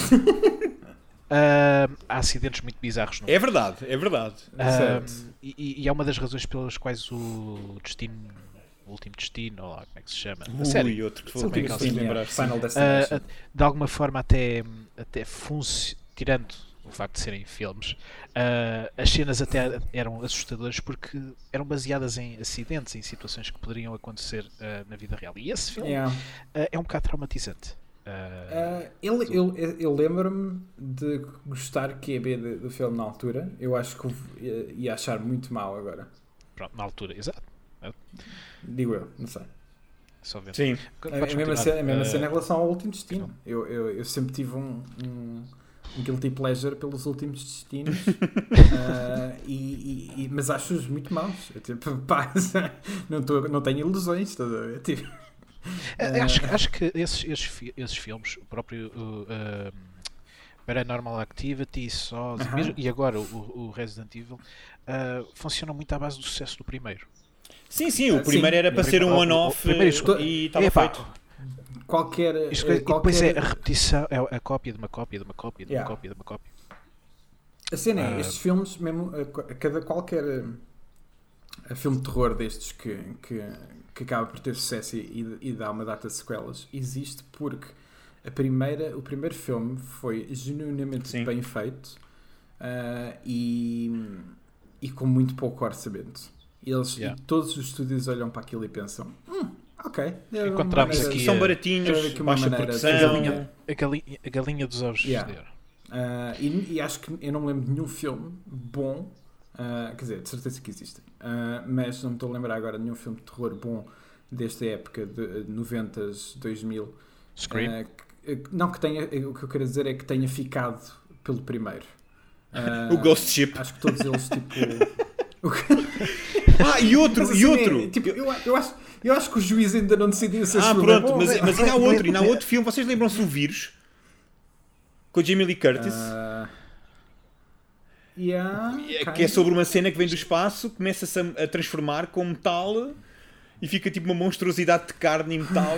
ah, há acidentes muito bizarros no É verdade, é verdade. Ah, Certo. e, e é uma das razões pelas quais o destino, o último destino, ou lá como é que se chama, a Ui, série, outro que Sabe foi bem que que se sim, lembrar. Final ah, Destination. ah, de alguma forma até, até funci- tirando o facto de serem filmes, ah, as cenas até eram assustadoras porque eram baseadas em acidentes, em situações que poderiam acontecer ah, na vida real. E esse filme Yeah. ah, é um bocado traumatizante. Ah, Ah, ele, eu eu, eu lembro-me de gostar Q B de- do filme na altura. Eu acho que o- ia, ia achar muito mal agora. pronto, na altura, exato. Digo eu, não sei. Só vendo. É Podes a mesma continuar. cena, a mesma Ah, cena em relação ao último destino. Eu, eu, eu sempre tive um, um, um guilty pleasure pelos últimos destinos, Ah, e, e- e- mas acho-os muito maus. Eu, tipo, pá, não, tô, não tenho ilusões. Estás a ver? Tipo, É, acho, acho que esses, esses, fi- esses filmes, o próprio uh, um, Paranormal Activity só, Aham. mesmo- e agora o, o Resident Evil, uh, funcionam muito à base do sucesso do primeiro. Sim, sim, o Ah, primeiro sim. era para O ser um primeiro- one-off o primeiro eh, escuta- e estava Epá, feito. qualquer. Isto, eh, e depois qualquer- é a repetição, é a cópia de uma cópia de uma cópia de uma Yeah. cópia de uma cópia. A cena é, Ah. estes filmes, mesmo a, a cada qualquer a filme de terror destes que, que, que acaba por ter sucesso e, e dá uma data de sequelas, existe porque a primeira, o primeiro filme foi genuinamente Sim. bem feito uh, e, e com muito pouco orçamento. E, eles, Yeah. e todos os estúdios olham para aquilo e pensam: hum, ok, é uma Encontramos maneira- aqui São a- baratinhos, aqui uma baixa maneira de- produção. A galinha, a galinha, a galinha dos ovos Yeah. de ouro. Uh, e, e acho que eu não me lembro de nenhum filme bom, uh, quer dizer, de certeza que existem, uh, mas não me estou a lembrar agora de nenhum filme de terror bom desta época de noventas, dois mil. Scream. Uh, que- não que tenha, o que eu quero dizer é que tenha ficado pelo primeiro. Uh, O Ghost Ship. Acho que todos eles, tipo. Ah, e outro, Mas, e assim, outro. é, tipo, eu, eu, acho, eu acho que o juiz ainda não decidiu se esse Ah, filme é pronto, bom. mas, mas ainda há outro, ainda há outro filme. Vocês lembram-se do Vírus? Com o Jamie Lee Curtis? Uh, yeah, É- que é kind. sobre uma cena que vem do espaço, começa-se a, a transformar com metal e fica tipo uma monstruosidade de carne e metal.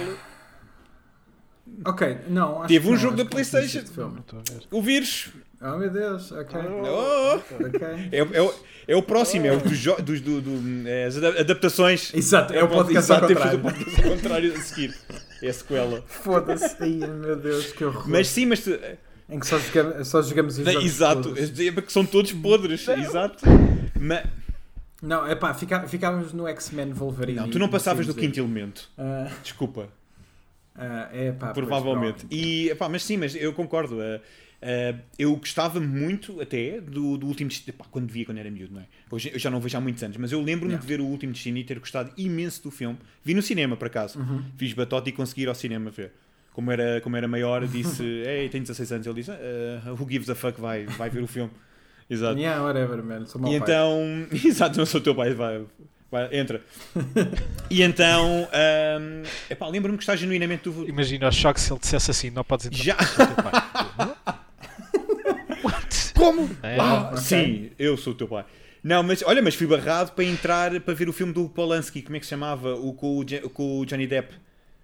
Ok, não. Acho Teve que um não, jogo acho da que não conheço PlayStation. este filme. Não estou a ver. O Vírus. Oh meu Deus, ok. Oh. Ok. É, é, o- é o próximo, é o dos, jo- dos do, do- é as ada- adaptações. Exato, é o podcast ao Exato, temos contrário. o podcast ao contrário a seguir. É a sequela. Foda-se. Ai, meu Deus, que horror. Mas sim, mas. Em que só jogamos, só jogamos os jogos Exato, todos. é porque são todos podres. Exato. Mas, Não, é pá, fica, ficávamos no X-Men Wolverine. não, tu não passavas do sei dizer. quinto elemento. Ah, Desculpa. ah, é pá, pois, Provavelmente. provavelmente. E, epá, mas sim, mas eu concordo. uh, uh, eu gostava muito até do, do último Destino. Epá, quando via, quando era miúdo, não é? Hoje eu já não vejo há muitos anos, mas eu lembro-me Yeah. de ver o último Destino e ter gostado imenso do filme. Vi no cinema, por acaso. Uhum. Fiz batota e consegui ir ao cinema ver. Como era, como era maior, disse: Ei, tenho dezasseis anos. Ele disse: "Uh, Who gives a fuck? Vai, vai ver o filme. Exato. Yeah, whatever, man. Sou mau E pai. então, exato, não sou teu pai, vai, vai, entra. E então, um, epá, lembro-me que está genuinamente do. Imagina o choque se ele dissesse assim: não podes entrar. Já. Sou teu pai. What? Como? É. Ah, ok. Sim, eu sou o teu pai. Não, mas olha, mas fui barrado para entrar para ver o filme do Polanski, como é que se chamava? O com o, Je- com o Johnny Depp.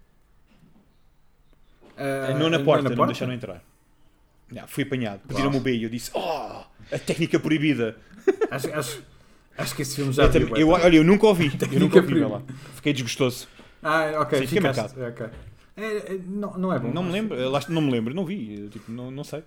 Ah, não na não porta, na não porta? deixaram entrar. Não, fui apanhado, pediram-me o B e eu disse: Oh, a técnica proibida. Acho, acho, acho que esse filme já Eu, vi. também- eu, bué. olha, eu nunca ouvi, eu nunca Técnica ouvi, vê lá. proibida. Fiquei desgostoso. Ah, ok. Sim, fiquei ficaste- ok. É, é, não, não é bom. Não me acho. lembro, lá está, não me lembro, não vi, eu, tipo, não, não sei.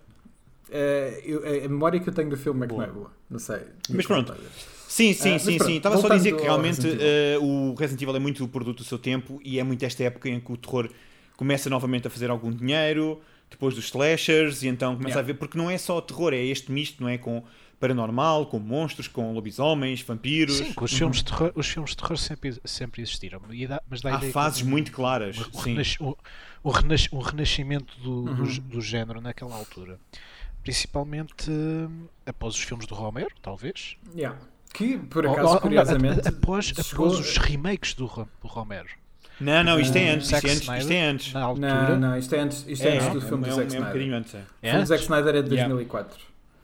É, eu- a memória que eu tenho do filme é que Boa. não é boa. Não sei. Mas pronto. Sim, sim, Ah, mas sim, pronto, sim. Estava só a voltando dizer que ao realmente Resident eh, o Resident Evil é muito o produto do seu tempo e é muito esta época em que o terror começa novamente a fazer algum dinheiro, depois dos slashers, e então começa Yeah. a ver, porque não é só terror, é este misto, não é? Com paranormal, com monstros, com lobisomens, vampiros. Sim, que os filmes de terror, os filmes de terror sempre, sempre existiram. E dá- mas dá a Há ideia que fases houve um- muito claras. um, Sim. renas- um- um renas- um renascimento do, do, Uhum. do género naquela altura. Principalmente eh, após os filmes do Romero, talvez. Yeah. Que, por Ou- acaso, ou- ou- curiosamente. a- após, chegou- após os remakes do, Ro- do Romero. Não, não, isto é Ah, antes, isto Zack é antes, isto é Snyder, antes. Na altura. Não, não, isto é antes, isto é É, antes é, do filme é, do um- Zack é um Snyder. bocadinho antes. É. O filme do Zack Snyder é de dois Yeah. mil e quatro.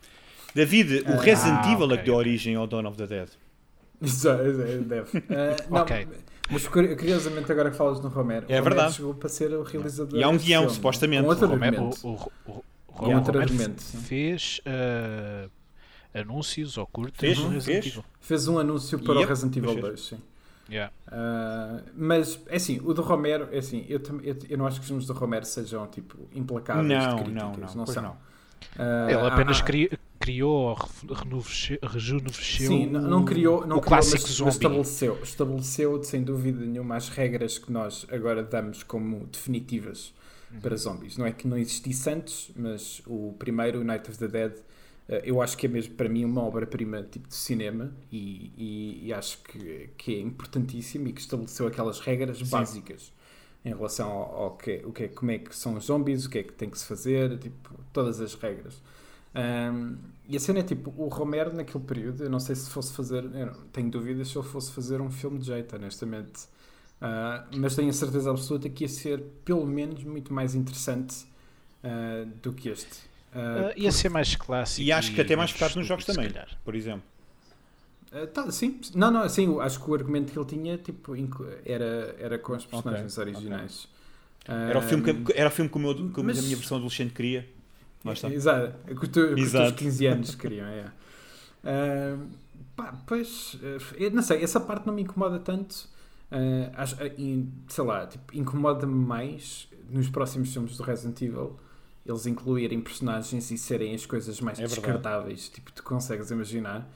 David, o Ah, Resident Evil é ok, que deu ok. origem ao Dawn of the Dead. Isso, é, é, deve. Ah, não, Ok. Mas curi- curiosamente, agora que falas no Romero, É o Romero verdade. chegou para ser o realizador. E há um desse guião, filme, supostamente. Com outro O Romero, argumento. o, o, o, o Yeah, Romero argumento, sim. fez eh, anúncios ou curtas Fez, do Resident fez. Evil. Fez um anúncio para Yep, o Resident Evil fez. dois, sim. Yeah. Ah, mas, é assim, o do Romero, é assim, eu, tam- eu, eu não acho que os filmes do Romero sejam, tipo, implacáveis de Não, críticas. não, não, não pois são. não. Ah, Ele apenas há- cri- criou ou re- rejuvenesceu rejuvenesceu Sim, não, não criou, não o criou clássico mas, zombie. mas estabeleceu, estabeleceu, sem dúvida nenhuma, as regras que nós agora damos como definitivas Uhum. para zombies. Não é que não existisse antes, mas o primeiro, o Night of the Dead, eh, eu acho que é mesmo, para mim, uma obra-prima tipo de cinema e, e- e acho que, que é importantíssimo e que estabeleceu aquelas regras básicas em relação ao, ao que, o que é, como é que são os zombies, o que é que tem que se fazer, tipo, todas as regras. Um, e a cena é tipo, o Romero naquele período, eu não sei se fosse fazer, eu não- tenho dúvidas se ele fosse fazer um filme de jeito, honestamente. Uh, mas tenho a certeza absoluta que ia ser pelo menos muito mais interessante uh, do que este. Uh, Ah, ia ser mais clássico. E acho que até mais menos focado nos jogos estúpido, também, se calhar. por exemplo. Uh, tá, sim, não, não, sim, eu acho que o argumento que ele tinha tipo, inclu- era, era com os personagens Ok, originais. Era o filme que, era o filme que, o meu, que mas- a minha versão adolescente queria. Lá está. Exato, que, tu, que os teus Exato. quinze anos queriam, é. Uh, pá, pois, uh, eu não sei, essa parte não me incomoda tanto. Uh, acho, uh, in, sei lá, tipo, incomoda-me mais nos próximos filmes do Resident Evil eles incluírem personagens e serem as coisas mais É descartáveis, tipo, tu consegues imaginar.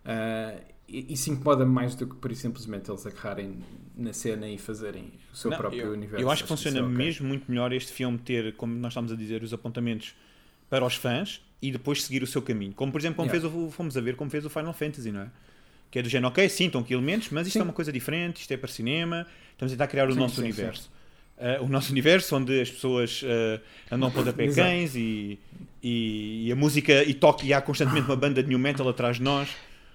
Uh, isso incomoda-me mais do que por simplesmente eles agarrarem na cena e fazerem o seu Não, próprio eu, universo. eu acho que Acho funciona isso é ok. mesmo muito melhor este filme ter, como nós estamos a dizer, os apontamentos para os fãs e depois seguir o seu caminho. Como, por exemplo, como Yeah. fez o, fomos a ver como fez o Final Fantasy, não é? Que é do género, ok, sim, estão aqui elementos, mas isto Sim. é uma coisa diferente, isto é para cinema, estamos a tentar criar o Sim, nosso sim, universo. Uh, o nosso universo onde as pessoas uh, andam para pé Exato. cães e, e, e a música e toque e há constantemente uma banda de new metal atrás de nós.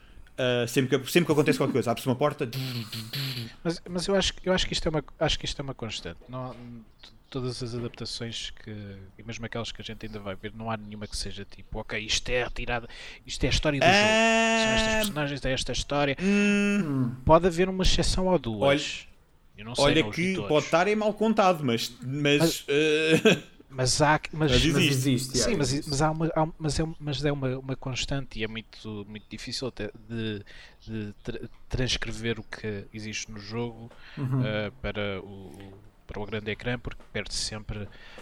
Uh, sempre, que, sempre que acontece qualquer coisa, abre-se uma porta. Mas, mas eu, acho, eu acho, que isto é uma, acho que isto é uma constante. Não, todas as adaptações que, e mesmo aquelas que a gente ainda vai ver, não há nenhuma que seja tipo, ok, isto é retirada, isto é a história do Ah, jogo, são estas personagens, é esta história. Hum, Pode haver uma exceção ou duas. Olha- eu não sei, olha não os que vi todos. pode estar é mal contado, mas. mas, Mas- uh, Mas há. Mas, Mas Mas existe. existe. Sim, yeah, mas, existe. mas, há uma, há, mas é, mas é uma, uma constante e é muito, muito difícil até de, de tra- transcrever o que existe no jogo Uhum. uh, para, o, para o grande ecrã, porque perde-se sempre,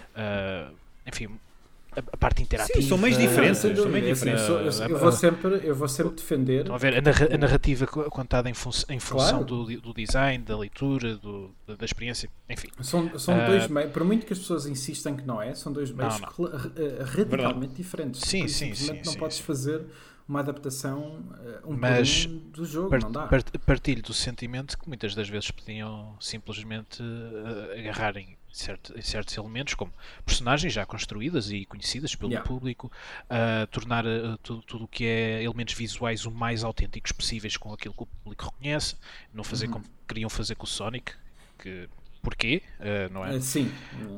uh, enfim, a, a parte interativa. são meios Não, diferentes, sem são dúvida, bem é assim, eu, diferentes. sou- eu sou- eu vou sempre, eu vou sempre defender. Estão a ver a, narra- a narrativa co- contada em, fun em função Claro. do, do design, da leitura, do, da, da experiência, enfim. São, são Ah, dois meios, por muito que as pessoas insistam que não é, são dois meios não. cla- eh, radicalmente diferentes. Sim, Por sim, simplesmente sim, não sim, podes sim. fazer uma adaptação eh, um Mas por um do jogo, Part- não dá. part- Partilho do sentimento que muitas das vezes podiam simplesmente uh, agarrarem certo, em certos elementos, como personagens já construídas e conhecidas pelo Yeah. público, uh, tornar uh, tudo, tudo o que é elementos visuais o mais autênticos possíveis com aquilo que o público reconhece, não fazer Uhum. como queriam fazer com o Sonic, que porquê, uh, não é? Eh, sim.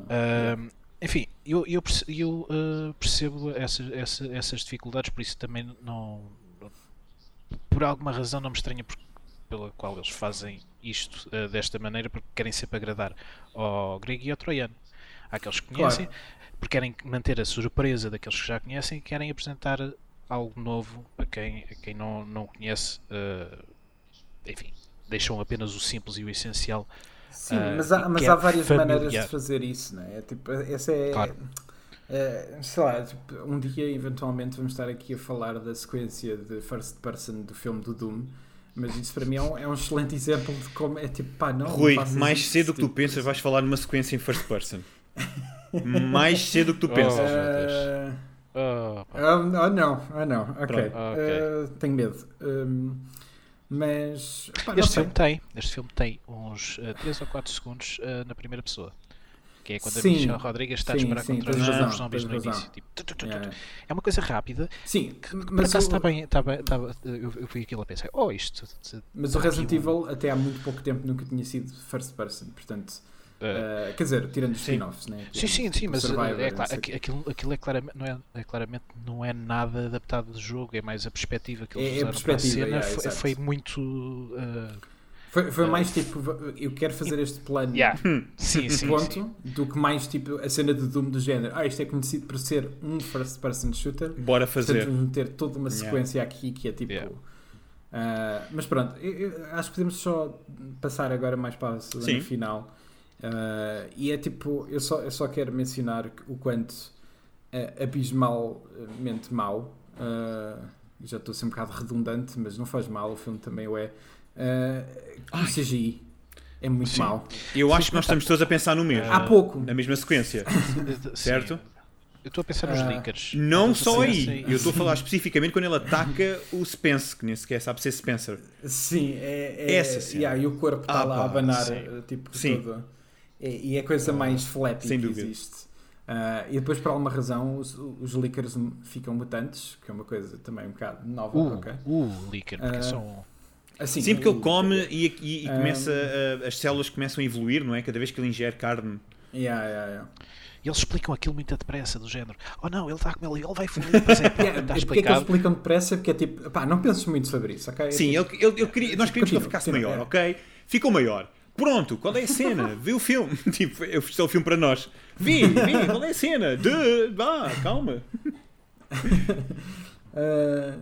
Uh, enfim, eu, eu, perce- eu, uh, percebo essa, essa- essas dificuldades, por isso também não, não- por alguma razão não me estranha por- pela qual eles fazem isto uh, desta maneira, porque querem sempre agradar ao grego e ao troiano. Há aqueles que conhecem, porque querem manter a surpresa daqueles que já conhecem e querem apresentar algo novo a quem, a quem não, não conhece. Uh, enfim, deixam apenas o simples e o essencial. Sim, Ah, mas há, e mas que há é várias familiar. maneiras de fazer isso, não é? Tipo, essa é. Claro. é, sei lá, tipo, um dia eventualmente vamos estar aqui a falar da sequência de first person do filme do Doom, mas isso para mim é um, é um excelente exemplo de como é tipo, pá, não. Rui, não faças mais isso, cedo que tu tipo, pensas, vais falar numa sequência em first person. mais cedo que tu Oh. pensas. ah, Oh, pá. Ah, oh, não, ah, não, ok. Pronto. Ah, ok. Ah, tenho medo. Um, mas. Pá, não Este sei. filme tem, este filme tem uns três ou quatro segundos uh, na primeira pessoa. Que é quando Sim, a Michelle Rodrigues está sim, a disparar sim, contra tens os, razão, os zombies tens no razão. início. Tipo, tu, tu, tu, tu, Yeah. tu. É uma coisa rápida. Sim, Que, que por mas, acaso o, está bem. Está bem, está, eu, eu vi aquilo a pensar, oh, isto. mas o Resident aqui um- Evil até há muito pouco tempo nunca tinha sido first person, portanto. Uh, ah, quer dizer, tirando os sim. spin-offs, né? Sim, sim, sim, Tipo mas uh, Survivor, é não claro, sei o aqui- quê. aquilo, aquilo é, claramente, não é, é claramente não é nada adaptado do jogo, é mais a perspectiva que eles É- é a usaram para a perspectiva, cena. yeah, foi, exato. foi muito. uh, Foi, foi Uh, mais tipo, eu quero fazer este plano. yeah. Sim, sim, ponto, sim. do que mais tipo a cena de Doom do género. Ah, isto é conhecido por ser um first person shooter. Bora Portanto, fazer. vamos meter toda uma Yeah. sequência aqui que é tipo. Yeah. ah, mas pronto, eu, eu acho que podemos só passar agora mais para a Sim. zona final. Ah, e é tipo, eu só, eu só quero mencionar que o quanto ah, abismalmente mau. ah, já estou a ser um bocado redundante, mas não faz mal, o filme também o é. ah, o C G I é muito Sim. mau. Eu acho que nós estamos todos a pensar no mesmo. Há pouco. Na mesma sequência. Sim. Certo? Eu estou a pensar nos Ah, linkers. Não Estou só a aí. pensar- Eu estou a falar especificamente quando ele ataca o Spence, que nem sequer sabe ser Spencer. Sim, é, é Essa cena. yeah, e o corpo está Ah, lá a pá, abanar, sim. eh, tipo, Sim. todo. É, e é a coisa mais flappy sem que dúvida. existe. Ah, e depois, por alguma razão, os, os lickers ficam mutantes, que é uma coisa também um bocado nova. Uh, ok? uh, Licker, porque Ah, são. Assim, Sim, porque ele o- come e, e- e Ah. começa a- as células começam a evoluir, não é? Cada vez que ele ingere carne. Yeah, yeah, yeah. E eles explicam aquilo muito depressa, do género. Oh não, ele está com ele, ele vai fluir. Pois é, pronto, Yeah, está porque é que eles explicado. explicam depressa? Porque é tipo, pá, não penses muito sobre isso, ok? É Sim, tipo, ele, ele, ele queria, nós queríamos que ele Continua, ficasse continua, maior, é. ok? Ficou maior. Pronto, qual é a cena? Vê o filme. Tipo, eu fiz o filme para nós. Vê, vê, qual é a cena? De, vá, calma. Ah,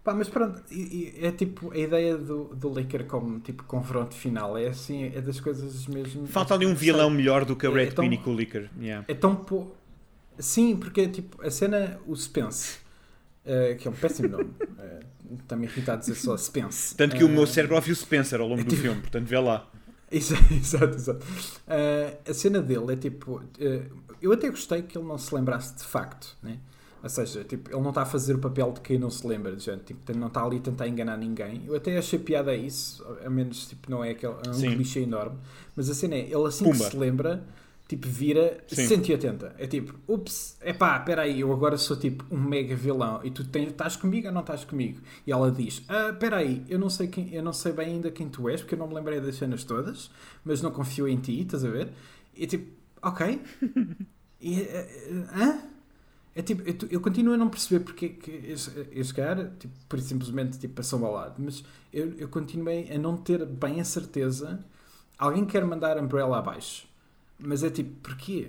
Pá, mas pronto, e, e é tipo a ideia do, do Licker como tipo confronto final. É assim, é das coisas mesmo. Falta ali um vilão melhor do que a Red É- é tão- Queen e com o Licker. Yeah. É tão pouco. Sim, porque é tipo a cena, o Spence, eh, que é um péssimo nome, eh, está-me irritado dizer só Spence. Tanto que o Eh, meu cérebro ouviu Spencer ao longo é do tipo- filme, portanto vê lá. Exa- Exato, exato. Eh, a cena dele é tipo. eh, eu até gostei que ele não se lembrasse de facto, né? Ou seja, tipo, ele não está a fazer o papel de quem não se lembra, de gente, tipo, não está ali a tentar enganar ninguém. Eu até achei piada a isso, a menos tipo, não é, aquele, é um Sim. clichê enorme. Mas a cena é, ele assim Pumba. que se lembra, tipo, vira Sim. cento e oitenta. É tipo, ups, epá, espera aí, eu agora sou tipo um mega vilão e tu tens, estás comigo ou não estás comigo? E ela diz, ah, espera aí, eu não sei quem, eu não sei bem ainda quem tu és, porque eu não me lembrei das cenas todas, mas não confio em ti, estás a ver? E tipo, ok. E, uh, uh, hã? É tipo, eu, eu continuo a não perceber porque é que este, este cara, tipo, por simplesmente tipo, passou ao lado, mas eu, eu continuei a não ter bem a certeza. Alguém quer mandar a Umbrella abaixo, mas é tipo, porquê?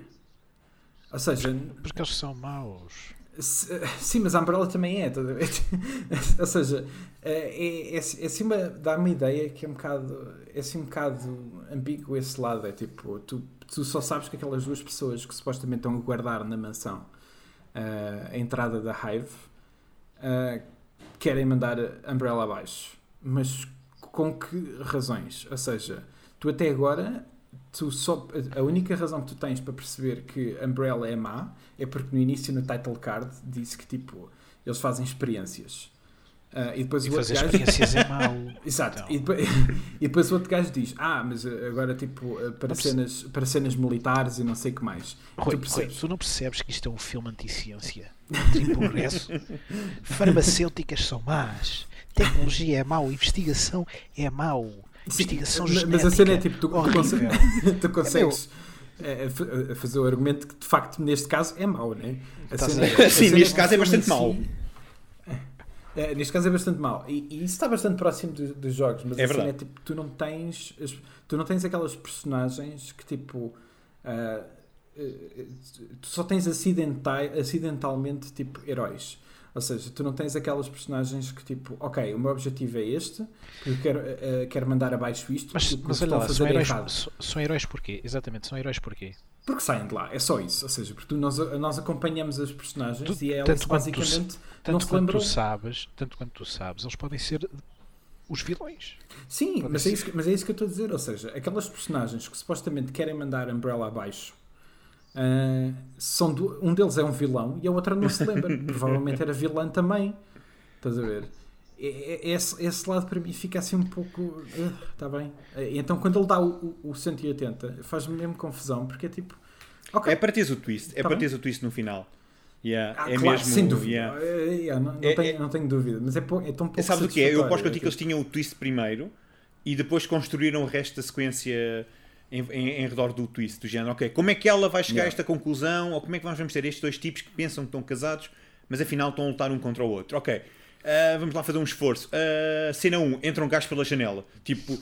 Ou seja, Porque eles são maus. se- sim, mas a Umbrella também é, tá a ver? Ou seja, é, é, é assim uma, dá uma ideia que é um bocado, é assim um bocado ambíguo esse lado. É tipo, tu, tu só sabes que aquelas duas pessoas que supostamente estão a guardar na mansão Uh, a entrada da Hive uh, querem mandar a Umbrella abaixo, mas com que razões? Ou seja, tu até agora tu só, a única razão que tu tens para perceber que a Umbrella é má é porque no início no title card disse que tipo eles fazem experiências. Uh, e depois E o outro fazer gajo... experiências é mau. Exato. Então. E, depois, e depois o outro gajo diz: Ah, mas agora tipo para Não perce- cenas, para cenas militares e não sei o que mais. Rui, tu percebes? Rui, tu não percebes que isto é um filme anti-ciência? Anti-progresso? Farmacêuticas são más. Tecnologia é mau. Investigação é mau. Sim, Investigação mas- genética. mas a cena é tipo, tu, tu, horrível. consegues, tu consegues eh, fa- fazer o argumento que de facto neste caso é mau, né? A Estás cena- a ver? a Sim, cena neste que caso é o filme bastante em mau. si- É, neste caso é bastante mau. E, e isso está bastante próximo dos, dos jogos, mas É a cena verdade. é tipo, tu não tens as- tu não tens aquelas personagens que tipo ah, eh, tu só tens acidentai, acidentalmente tipo heróis. Ou seja, tu não tens aquelas personagens que tipo, ok, o meu objetivo é este, porque eu quero, eh, quero mandar abaixo isto, Mas, porque mas estou olha a lá, fazer são heróis, errado. são, são heróis porquê? Exatamente, são heróis porquê? Porque saem de lá, é só isso. Ou seja, porque tu- nós, nós acompanhamos as personagens Tu- e elas tanto quanto tu basicamente não Tanto se quanto lembram. tu sabes, tanto quanto tu sabes, eles podem ser os vilões. Sim, Pode mas é, ser. isso, que- mas é isso que eu estou a dizer. Ou seja, aquelas personagens que supostamente querem mandar a Umbrella abaixo, ah, são du- um deles é um vilão e a outra não se lembra. Provavelmente era vilã também. Estás a ver? É- é- Esse, esse lado para mim fica assim um pouco. Está bem. Eh, Então quando ele dá o, o, o cento e oitenta, faz-me mesmo confusão, porque é tipo. Ok. É para teres o twist, é Tá para bem. teres o twist no final. Yeah, Ah, é claro, mesmo, sem dúvida. yeah. Eh, yeah, não, não É- tenho, é- não tenho dúvida. Mas é, pou- é tão pouco. Sabes o que é? Eu aposto satisfatório, contigo que eles tinham o twist primeiro e depois construíram o resto da sequência em, em, em redor do twist, do género, ok, como é que ela vai chegar Yeah. a esta conclusão, ou como é que nós vamos ter estes dois tipos que pensam que estão casados, mas afinal estão a lutar um contra o outro. Ok, ah, vamos lá fazer um esforço. Ah, cena um, entra um gajo pela janela, tipo...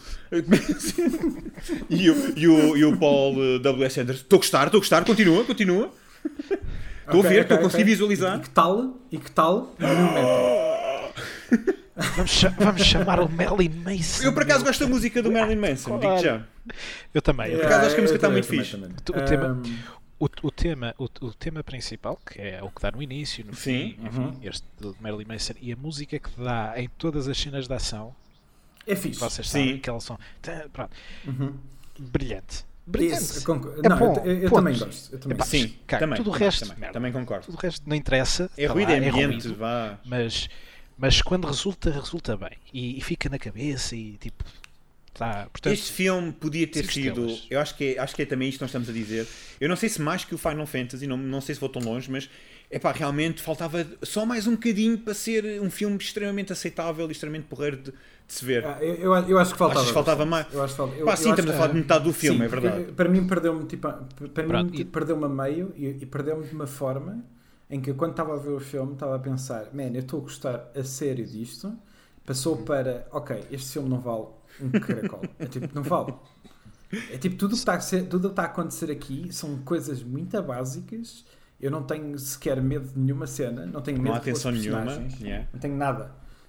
e, o, e, o, e o Paul eh, W S. Anderson, estou a gostar, estou a gostar, continua, continua. Estou a Ok, ver, ok, estou a conseguir ok. visualizar. E que tal? E que tal? No metal. Vamos, cha- vamos chamar o Marilyn Manson. Eu por acaso meu. gosto da música do Marilyn Manson, digo já. Eu também. eu Por acaso acho que a música está eu muito também, fixe. também. O tema- Ahm, O, o tema, o, o tema principal, que é o que dá no início, no Sim, fim, enfim, uhum. este do Marilyn Manson, e a música que dá em todas as cenas de ação, é fixe. vocês Sim. sabem que elas são tá, pronto, Uhum. brilhante. Brilhante. Isso, concordo. É não, bom, eu, eu- eu ponto. também gosto. Eu também Epá, gosto. Sim, cara, também. tudo o também, resto, também, merda. também concordo. Tudo o resto não interessa. É tá ruído, lá, é ambiente, ruído, vá. mas, mas quando resulta, resulta bem. E, e fica na cabeça e tipo. Tá, portanto, Este filme podia ter cinco sido. estrelas. Eu acho que, é, acho que é também isto que nós estamos a dizer. Eu não sei se mais que o Final Fantasy, não, não sei se vou tão longe, mas epá, realmente faltava só mais um bocadinho para ser um filme extremamente aceitável e extremamente porreiro de, de se ver. Ah, eu, eu, eu acho que faltava. Achas que faltava mais? Eu acho que falta- eu- Pá, eu sim, acho estamos a que- falar de metade do filme, Sim, é verdade. porque Para mim perdeu-me tipo, para Pronto, mim e- perdeu-me a meio e, e perdeu-me de uma forma em que eu, quando estava a ver o filme estava a pensar, man, eu estou a gostar a sério disto. Passou para, ok, este filme não vale um caracol. É tipo, não vale. É tipo, tudo o que está a ser- tudo o que está a acontecer aqui são coisas muito básicas. Eu não tenho sequer medo de nenhuma cena, não tenho medo Não há de outros atenção nenhuma. personagens. Yeah. Não tenho nada.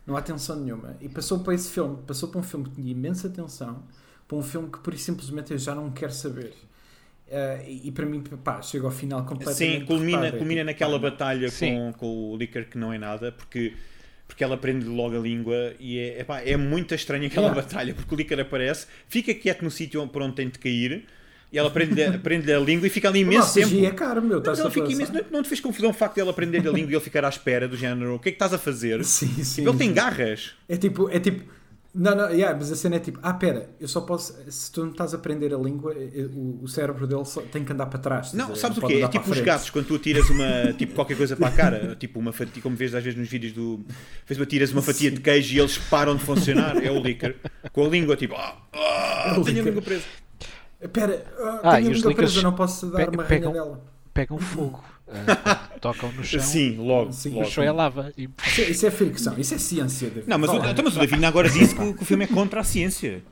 Não há tensão nenhuma. E passou para esse filme, passou para um filme que tinha imensa tensão, para um filme que por isso simplesmente eu já não quero saber. Uh, e, e para mim, pá, chega ao final completamente... Sim, culmina, derrotado. culmina É, naquela pá, batalha Sim. com, com o Licker que não é nada, porque, porque ela aprende logo a língua e é, epá, é muito estranha aquela Yeah. batalha, porque o Licker aparece, fica quieto no sítio por onde tem de cair, e ela aprende, aprende a língua e fica ali imenso Nossa, tempo. é caro, meu. Mas Estás ela a fica falar imenso, só. não, não te fez confusão o facto de ela aprender a língua e ele ficar à espera do género, o que é que estás a fazer? Sim, sim. Tipo, ele tem sim. garras. É tipo, é tipo... Não, não, yeah, mas a cena é tipo, ah, pera, eu só posso... Se tu não estás a aprender a língua, o, o cérebro dele só tem que andar para trás. estás a Não, ver? sabes o pode quê? É andar para tipo a os frente. gatos, quando tu atiras uma, tipo qualquer coisa para a cara, tipo uma fatia, como vês às vezes nos vídeos do Facebook, tiras uma fatia de queijo e eles param de funcionar, é o Licker. Com a língua, tipo, ah, ah, É o tenho a Licker. língua presa. Espera, ah, Ah, tenho e a os língua líqueres presa, não posso dar pe- uma pegam- ranha dela. Pegam fogo. ah, quando tocam no chão. Sim, logo. Sim. O logo. chão é lava. E... Isso é, isso é fricção, isso é ciência. David. Não, mas o, Vá lá. então, mas o David agora disse que, que o filme é contra a ciência.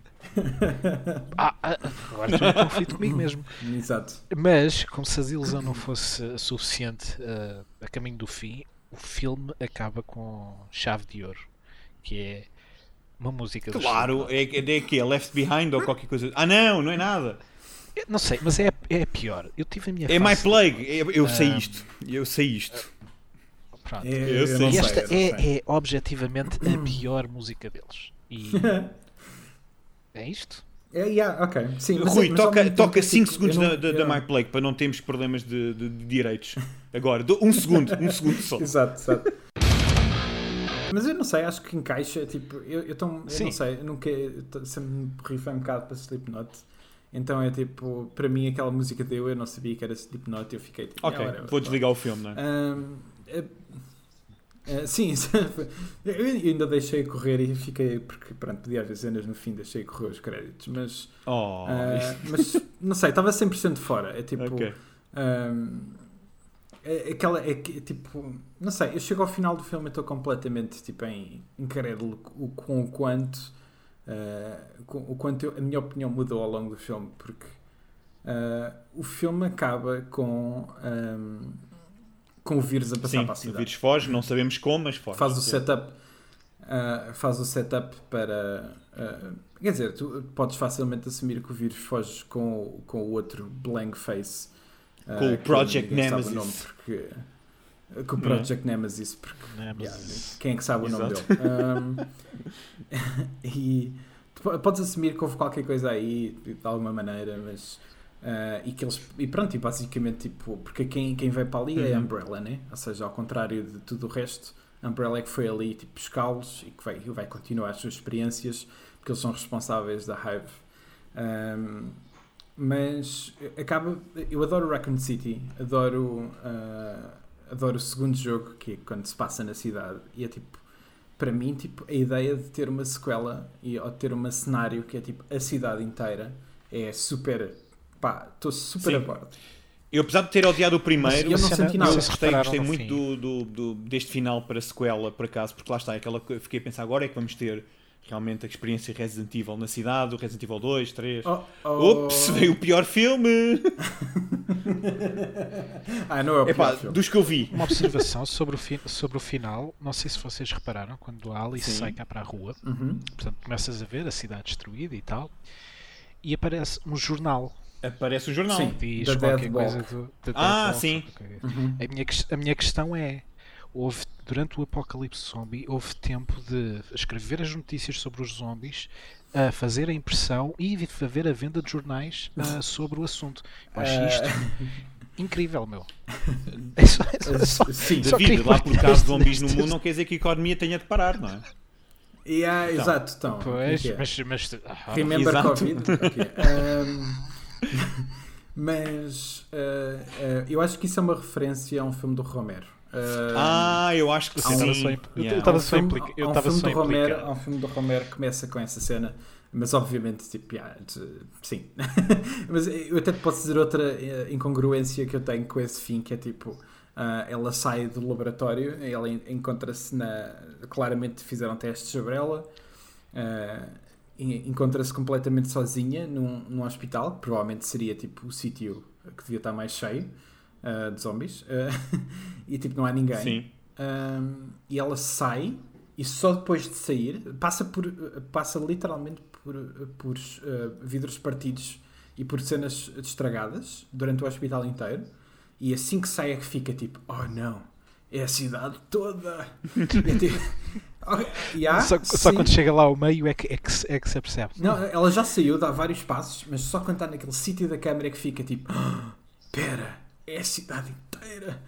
Ah, ah, agora estou em conflito comigo mesmo. Exato. Mas, como se a desilusão não fosse suficiente ah, a caminho do fim, o filme acaba com chave de ouro, que é uma música do Claro, é, é, é que é Left Behind ou qualquer coisa. Ah não, não é nada. Eu não sei, mas é, é pior. Eu tive a minha É My fase- Plague. Eu, eu sei Ah. isto. Eu sei isto. Pronto. É, Eu sei. não E sei, esta eu não sei. é, é objetivamente a pior música deles. E é isto? É, yeah, ok. Sim, mas- Rui, mas ao toca, mesmo toca tempo, cinco tipo, segundos eu não- da, da, eu- da My Plague para não termos problemas de, de- de direitos. Agora, do- um segundo, um segundo só. Exato, exato. Mas eu não sei, acho que encaixa, tipo, eu, eu, tão, eu Sim. não sei, eu nunca, eu t- sempre me rifei um bocado para Slipknot, então é tipo, para mim aquela música deu, eu não sabia que era Slipknot, eu fiquei tipo, Ok, "Yeah, whatever." vou desligar o filme, não é? Ahm, é- é, sim, eu ainda deixei correr e fiquei, porque pronto, podia haver cenas no fim, deixei correr os créditos, mas, Oh, ah, isto- mas não sei, estava cem por cento fora, é tipo... ok. Ahm, é, aquela, é, que, tipo, não sei, eu chego ao final do filme e estou completamente tipo, em incrédulo o, com o quanto, ah, com, o quanto eu- a minha opinião mudou ao longo do filme, porque ah, o filme acaba com, ahm, com o vírus a passar Sim, para a o cidade. vírus foge, não sabemos como, mas foge. Faz o Sim. setup, ah, faz o setup para. ah, quer dizer, tu podes facilmente assumir que o vírus foge com, o- com o outro blank face. ah, Com o que Project ninguém sabe Nemesis. o nome, porque, com o Project Nemesis, porque Né? Mas- yeah, quem é que sabe o nome Exato. dele? Um, e tu po- podes assumir que houve qualquer coisa aí de alguma maneira, mas uh, e que eles e pronto, e basicamente tipo, porque quem, quem vai para ali é a Uhum. Umbrella, né? Ou seja, ao contrário de tudo o resto, a Umbrella é que foi ali tipo buscá-los e que vai, vai continuar as suas experiências porque eles são responsáveis da Hive. Um, mas acaba, eu adoro Raccoon City, adoro uh, adoro o segundo jogo, que é quando se passa na cidade, e é tipo, para mim, tipo, a ideia de ter uma sequela e, ou de ter um cenário que é tipo a cidade inteira é super, pá, estou super Sim. a bordo. Eu, apesar de ter odiado o primeiro, Mas eu não cena- senti eu nada. sei se gostei, repararam gostei no muito fim. do, do, do- deste final para a sequela, por acaso, porque lá está, aquela que eu fiquei a pensar agora é que vamos ter realmente a experiência Resident Evil na cidade, o Resident Evil dois, três. Oh, oh. Ups, veio o pior filme! Ah, não é o pior Epá, filme. dos que eu vi. Uma observação sobre o, fi- sobre o final, não sei se vocês repararam, quando a Alice Sim. sai cá para a rua, Uhum. portanto começas a ver a cidade destruída e tal, e aparece um jornal Aparece o jornal. Sim. diz Da qualquer Dead coisa Walk. do, da Ah, Dead Walk, sim. ok. Uhum. A minha, ques- a minha questão é, houve, durante o apocalipse zombie, houve tempo de escrever as notícias sobre os zombies, a fazer a impressão e haver a venda de jornais ah, sobre o assunto. Eu acho isto incrível, meu. É só- é só- Ah, só- sim, só Da vida, queria lá por partilhar causa de isto zombies no nestes- mundo não quer dizer que a economia tenha de parar, não é? yeah, Então. exato, então. Pois, o que é? mas, mas ah, Remember Exato. Covid? Ok. Um, mas uh, uh, eu acho que isso é uma referência a um filme do Romero. Uh, Ah, eu acho que eu estava sim. só, imp- eu Yeah. estava há um só, filme- implica- eu há um estava filme só do Romero, implicado. há um filme do Romero que começa com essa cena, mas obviamente, tipo, yeah, de- sim. Mas eu até te posso dizer outra eh, incongruência que eu tenho com esse fim, que é tipo, ah, ela sai do laboratório, ela en- encontra-se na... Claramente fizeram testes sobre ela, ah, en- encontra-se completamente sozinha num, num hospital, que provavelmente seria tipo o sítio que devia estar mais cheio ah, de zombies, ah, e tipo, não há ninguém. Sim. Um, e ela sai e só depois de sair, passa, por, passa literalmente por, por uh, vidros partidos e por cenas estragadas durante o hospital inteiro, e assim que sai é que fica tipo, oh não, é a cidade toda. É tipo, okay, yeah, só, só quando chega lá ao meio é que, é que, é que se apercebe. Não, ela já saiu, dá vários passos, mas só quando está naquele sítio da câmera é que fica tipo, espera, oh, é a cidade inteira.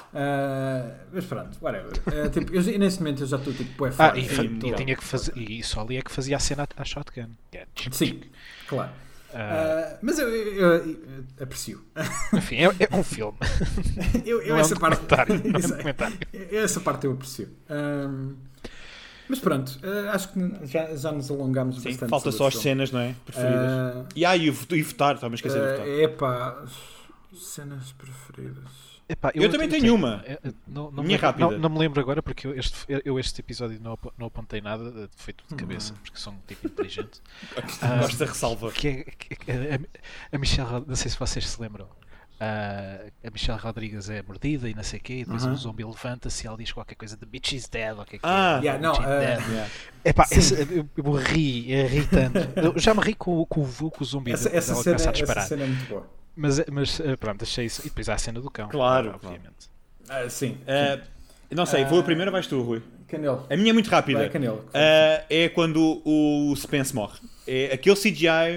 Uh, mas pronto, whatever. Uh, tipo, eu, neste momento eu já estou tipo, é ah, forte. e, fa- e tinha que fazer, e só ali é que fazia a cena à shotgun. Yeah. Sim, claro. Uh, Uh, mas eu, eu, eu, eu aprecio. Enfim, é, é um filme. eu, eu não essa é um parte. documentário, não é um documentário. Essa parte eu aprecio. Um, mas pronto, uh, acho que já, já nos alongámos Sim, bastante. falta só as filme. cenas, não é? Preferidas. Uh, e ah, e, e votar, estava a esquecer de votar. Uh, epá, cenas preferidas. Epá, eu, eu também tenho, tenho uma. Não, não, Minha me, rápida. Não, não me lembro agora porque eu este, eu este episódio não, não apontei nada, foi tudo de cabeça, Uhum. porque sou um tipo inteligente. Gosto da ressalva. Que é, que é, a, a Michelle, não sei se vocês se lembram, uh, a Michelle Rodrigues é mordida e não sei o quê, e depois Uhum. o zombie levanta-se e ela diz qualquer coisa de bitch is dead, ou o que é que Ah, é. yeah, não, Bitch is uh, dead. Yeah. Epá, esse, eu, eu ri, eu ri tanto. Eu já me ri com, com o Vulco, o zumbi Essa, dela essa, começa cena, a disparar. essa cena é muito boa. Mas, mas pronto, achei isso. E depois há a cena do cão. Claro, obviamente. Uh, sim. Uh, não sei, Uh, vou a primeira, vais tu, Rui. Canelo. A minha é muito rápida. Vai, Canelo. Uh, é quando o Spence morre. É aquele C G I.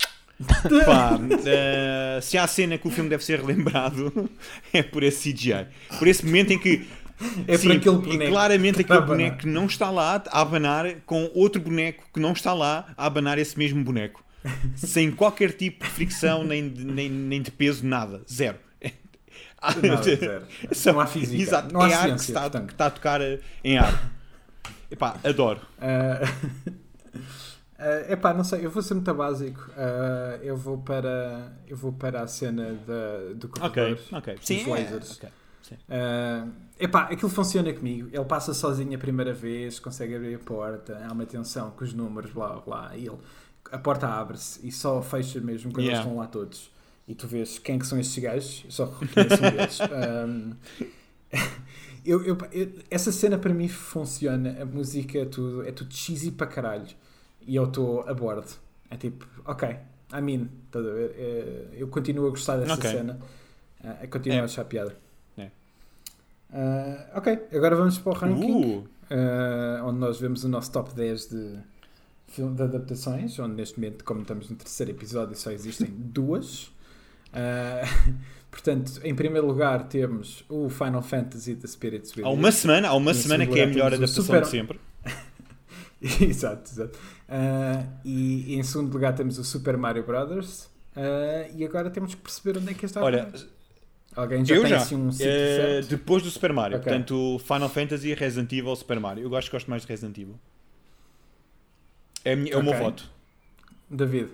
Pá, uh, se há cena que o filme deve ser relembrado, é por esse C G I. Por esse momento em que. É sim, por aquele boneco. E claramente que aquele está a boneco abanar. que não está lá a abanar com outro boneco que não está lá a abanar esse mesmo boneco. Sem qualquer tipo de fricção, nem de, nem, nem de peso, nada. Zero. Nada, zero. Só- Não há física. Exato, Não há é ar que ciência, está, portanto. que está a tocar em ar. Epá, adoro. Uh, uh, epá, não sei, eu vou ser muito básico. Uh, eu vou para eu vou para a cena da, do corredor. Ok, ok. Dos Sim, é, lasers. ok, sim. Uh, epá, aquilo funciona comigo. Ele passa sozinho a primeira vez, consegue abrir a porta, há uma tensão com os números, blá blá. E ele, a porta abre-se e só fecha mesmo quando Yeah. eles estão lá todos. E tu vês quem que são estes gajos, eu só reconheço um deles. Um, eu, eu, eu, essa cena para mim funciona, a música é tudo, é tudo cheesy para caralho. E eu estou a bordo. É tipo, ok, I'm in. Estás a ver? É, eu continuo a gostar dessa Ok. cena. Uh, eu continuo É. a achar piada. É. Uh, ok, agora vamos para o ranking. Uh, Uh, onde nós vemos o nosso top dez de, filme, de adaptações, onde neste momento, como estamos no terceiro episódio, só existem duas. Uh, portanto, em primeiro lugar temos o Final Fantasy The Spirits Within. há uma semana, há uma Em semana segundo que é a lugar melhor temos o adaptação de Super- sempre. Exato, exato. Uh, e, e em segundo lugar temos o Super Mario Brothers. Uh, e agora temos que perceber onde é que está a Olha, parar. Alguém já eu tem já. assim um sítio Eh, certo? depois do Super Mario. Ok. Portanto, Final Fantasy, Resident Evil, Super Mario. Eu gosto, gosto mais de Resident Evil. É, a minha- é o meu Ok. voto. David.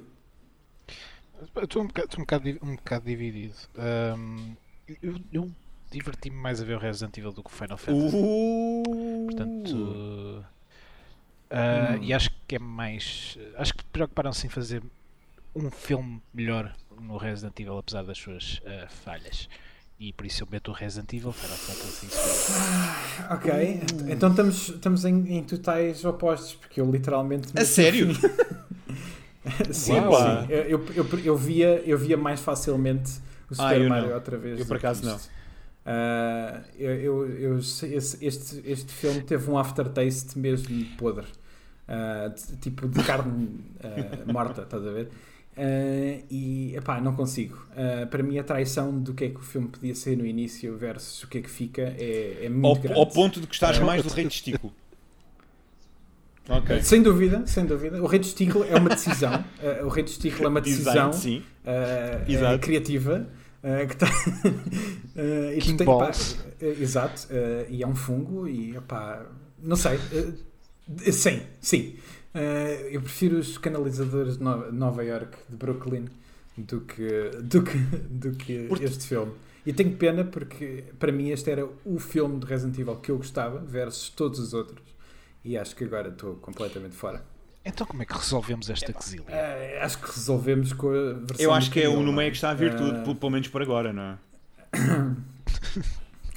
Eu Estou um bocado, estou um bocado, div- um bocado dividido. Um, eu eu diverti-me mais a ver o Resident Evil do que o Final Fantasy. Uh, Portanto, uh, Hum. e acho que é mais. Acho que preocuparam-se em fazer um filme melhor no Resident Evil, apesar das suas uh, falhas. E por isso eu meto o Resident Evil, Final Fantasy. Ok, ent- então estamos, estamos em, em totais opostos, porque eu literalmente... A sério? sim, Uau. sim. Eu, eu, eu, eu via, eu via mais facilmente o Super Ah, eu Mario não. outra vez. Eu, do por que acaso, isto. Ah, eu, eu, eu- esse- este, este filme teve um aftertaste mesmo podre. Ah, de- tipo de carne ah, morta, estás a ver? Ah, e epá, não consigo. Ah, para mim, a traição do que é que o filme podia ser no início versus o que é que fica é, é muito Ao, grande. ao ponto de gostares Ah, mais do Rei de Estico. Ok. Sem dúvida, sem dúvida. O Rei de Estico é uma decisão. Uh, o Rei de Estico é uma decisão Exato, sim. uh, Exato. uh, criativa uh, que está. uh, e King tu tem- Balls. pá, uh, exato. Uh, e é um fungo e pá, não sei. Uh, sim, sim. Uh, eu prefiro os canalizadores de Nova, Nova York, de Brooklyn, do que, do que, do que Por- este filme. E tenho pena porque para mim este era o filme de Resident Evil que eu gostava versus todos os outros. E acho que agora estou completamente fora. Então como é que resolvemos esta quesilha? Eh, acho que resolvemos com a versão Eu acho do que é o Canelo, no não meio que está a virtude, Eh, pelo- pelo menos por agora, não é?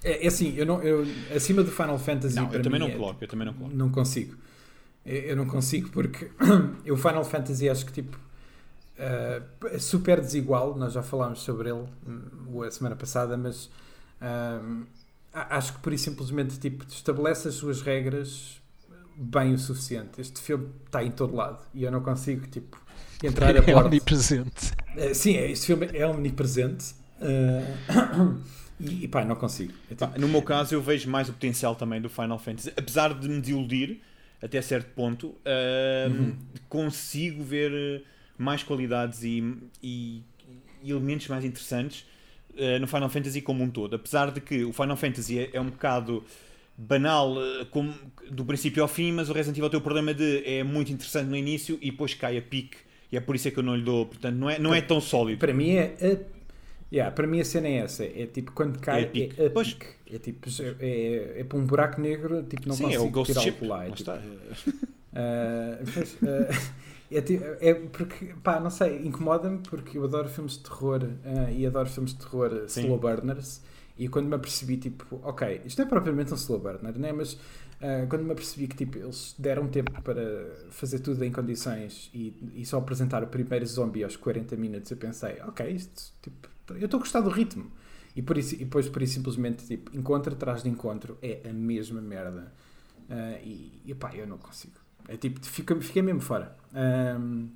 É, é assim, eu não, eu, acima do Final Fantasy Não, para eu também mim não é- coloco, eu também não coloco. não consigo. Eu, eu não consigo porque o Final Fantasy acho que tipo uh, é super desigual. Nós já falámos sobre ele hum, a semana passada, mas hum, a- acho que por isso simplesmente tipo, estabelece as suas regras bem o suficiente. Este filme está em todo lado e eu não consigo tipo, entrar a É bordo. omnipresente. Uh, sim, é, este filme é omnipresente. Uh, e, e pá, não consigo. É tipo, Pá, no meu caso, eu vejo mais o potencial também do Final Fantasy. Apesar de me desiludir, até certo ponto, uh, Uhum. consigo ver uh, mais qualidades e, e- e elementos mais interessantes uh, no Final Fantasy como um todo. Apesar de que o Final Fantasy é, é um bocado banal uh, como- do princípio ao fim, mas o Resident Evil tem o problema de é muito interessante no início e depois cai a pique. E é por isso é que eu não lhe dou. Portanto, não é, não é tão sólido. para mim é a, yeah, para mim a cena é essa. É tipo quando cai É a pique. é a Pois. pique. É tipo é, é, é para um buraco negro, tipo não Sim, é o consigo Ghost tirar Ship. o lá. Lá É, tipo, está. ah, pois, ah, é, ti- é porque pá, não sei, incomoda-me porque eu adoro filmes de terror ah, e adoro filmes de terror ah, Sim. slow burners. E quando me apercebi, tipo, ok, isto não é propriamente um slow burner, né? Mas ah, quando me apercebi que tipo, eles deram tempo para fazer tudo em condições e, e só apresentar o primeiro zombie aos quarenta minutos, eu pensei, ok, isto, tipo, eu estou a gostar do ritmo. E, por isso, e depois, por isso, simplesmente, tipo, encontro atrás de encontro é a mesma merda. Ah, e, e pá, eu não consigo. É tipo, fica, fiquei mesmo fora. Ahm,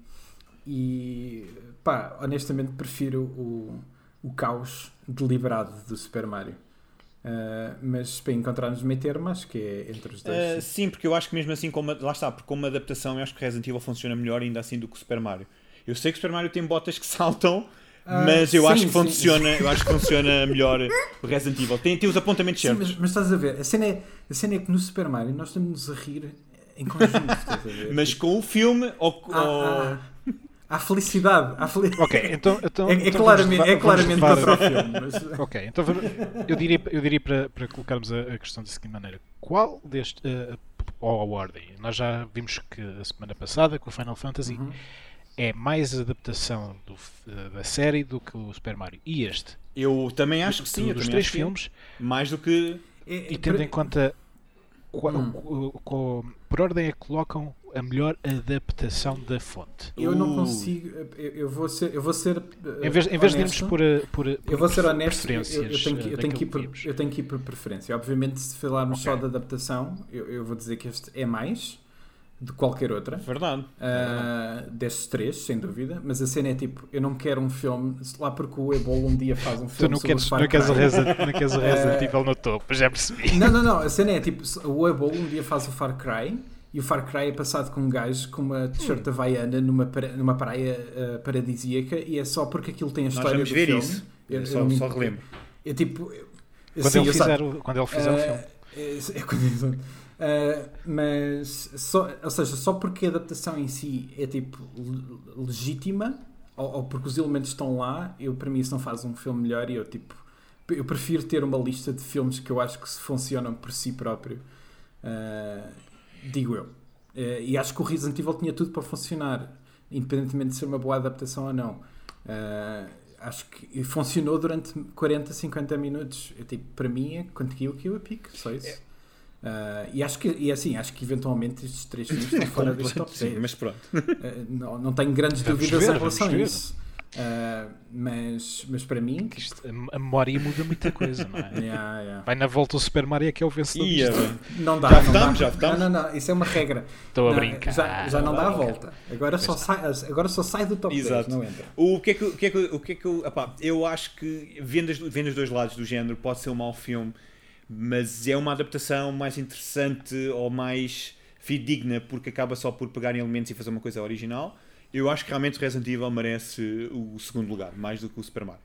e pá, honestamente, prefiro o, o caos deliberado do Super Mario. Ah, mas para encontrarmos meio termo, acho que é entre os dois. Uh, sim, porque eu acho que mesmo assim, como, lá está, porque como adaptação, eu acho que Resident Evil funciona melhor ainda assim do que o Super Mario. Eu sei que o Super Mario tem botas que saltam, Ah, mas eu sim, acho que sim. funciona, eu acho que funciona melhor o Resident Evil. Tem, tem os apontamentos Sim, certos. mas, mas estás a ver, a cena, é, a cena é que no Super Mario nós estamos a rir em conjunto, estás a ver? Mas com o filme ou, há, ou- há, há felicidade. Há fel... Ok, então, então, é, é então claramente, vamos levar- é claramente vamos contra levar- o filme. Mas... Ok, então vamos- eu diria, eu diria para, para colocarmos a, a questão da seguinte maneira: qual deste. Uh, ou a ordem? Nós já vimos que a semana passada, com o Final Fantasy, Uhum. é mais adaptação do, da série do que o Super Mario. E este? eu também acho que sim. Eu dos também três acho que é. filmes, Mais do que. É- e é tendo para- em conta. Qual, Hum. co- co- por ordem é que colocam a melhor adaptação da fonte. Eu não Uh. consigo. Eu, eu vou ser. Eu vou ser uh, Em vez, em vez de irmos honesto. por, a- por, a- por Eu vou ser honesto, eu, preferências, eu, tenho que, eh, eu, tenho que ir daquilo por, vimos. eu tenho que ir por preferência. Obviamente, se falarmos Ok. só de adaptação, eu, eu vou dizer que este é mais de qualquer outra. Verdade. Uh, destes três, sem dúvida. Mas a cena é tipo: eu não quero um filme, lá porque o Ebola um dia faz um Tu filme não sobre queres, o Far não queres o Cry. Resident, não queres o Resident Eh, Evil no topo, já percebi. Não, não, não. A cena é tipo: o Ebola um dia faz o Far Cry. E o Far Cry é passado com um gajo com uma t-shirt Hum. havaiana numa, para- numa praia uh, paradisíaca e é só porque aquilo tem a Nós história vamos do ver filme. isso. Eu, só, eu me- só relembro. É tipo... eu- Quando, sim, ele eu fizer sabe- o, quando ele fizer o Uh, filme. é, é quando ele- Uh, mas, só, ou seja, só porque a adaptação em si é tipo le- legítima ou, ou porque os elementos estão lá, eu, para mim isso não faz um filme melhor e eu tipo eu prefiro ter uma lista de filmes que eu acho que se funcionam por si próprio, uh, digo eu. Uh, e acho que o Resident Evil tinha tudo para funcionar, independentemente de ser uma boa adaptação ou não. Uh, acho que funcionou durante quarenta, cinquenta minutos. Eu, tipo, para mim é quanto que eu que eu a pique, só isso. Uh, e acho que e assim, acho que eventualmente estes três filmes estão fora deste top Sim, dez. mas pronto. Uh, não, não tenho grandes Vamos dúvidas ver, em relação a vamos ver. isso. Uh, mas, mas para mim, Que isto- a, a memória muda muita coisa, não é? yeah, yeah. Vai na volta o Super Mario que é o vencedor. Ia, disto. bem. não dá. Já não votamos, dá. já votamos. Não, não, não, isso é uma regra. Estou a Não, brincar. Já, já não dá a Estou a volta. Agora só, Pois sai, agora só sai do top Exato. dez, não entra. O que é que, o que, é que, o que, é que eu, epá, eu acho que vendo, as, vendo os dois lados do género pode ser um mau filme, mas é uma adaptação mais interessante ou mais fidedigna porque acaba só por pegar em elementos e fazer uma coisa original. Eu acho que realmente o Resident Evil merece o segundo lugar, mais do que o Super Mario.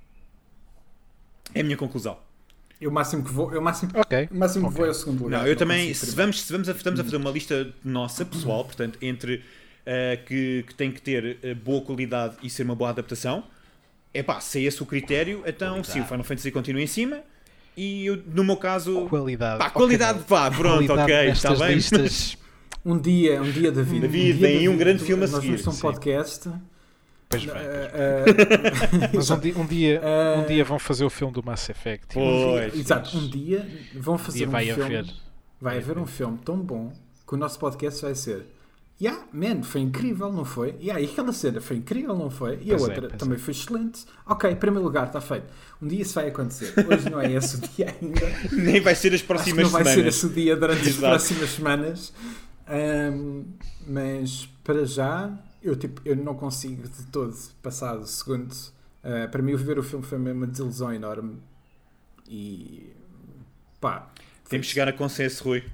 É a minha conclusão. Eu o máximo que vou, eu o máximo, Ok. o máximo que Ok. vou é o segundo lugar. Não, eu não também, consigo se primeiro. vamos, se vamos a, estamos a fazer uma lista nossa, pessoal, portanto, entre uh, que, que tem que ter uh, boa qualidade e ser uma boa adaptação, é pá, se é esse o critério, então Qualidade. sim, o Final Fantasy continua em cima e eu, no meu caso, Qualidade. pá, Ok, qualidade, não. pá, pronto, Qualidade ok, está nestas bem. listas. Um dia, um dia da vida. David, um dia vem da um grande vida. filme a Nós seguir, vamos ter um sim. podcast Pois bem. Uh, Mas um dia, um, dia, Uh, um dia vão fazer o filme do Mass Effect. Pô. um dia, Pois, exato, pois. um dia vão Um fazer dia um vai filme. haver. Vai haver um filme tão bom que o nosso podcast vai ser. Yeah, man, foi incrível, não foi? Yeah, e aquela cena foi incrível, não foi? E a Pois é, outra pois também é. foi excelente. Ok, primeiro lugar, está feito. Um dia isso vai acontecer. Hoje não é esse o dia ainda. Nem vai ser as Acho que próximas não vai ser semanas. esse o dia durante as Exato. próximas semanas. Ahm, mas para já, eu, tipo, eu não consigo de todo passar do segundo. Ah, para mim, ver o filme foi mesmo uma desilusão enorme. E pá, Temos que chegar a consenso, Rui.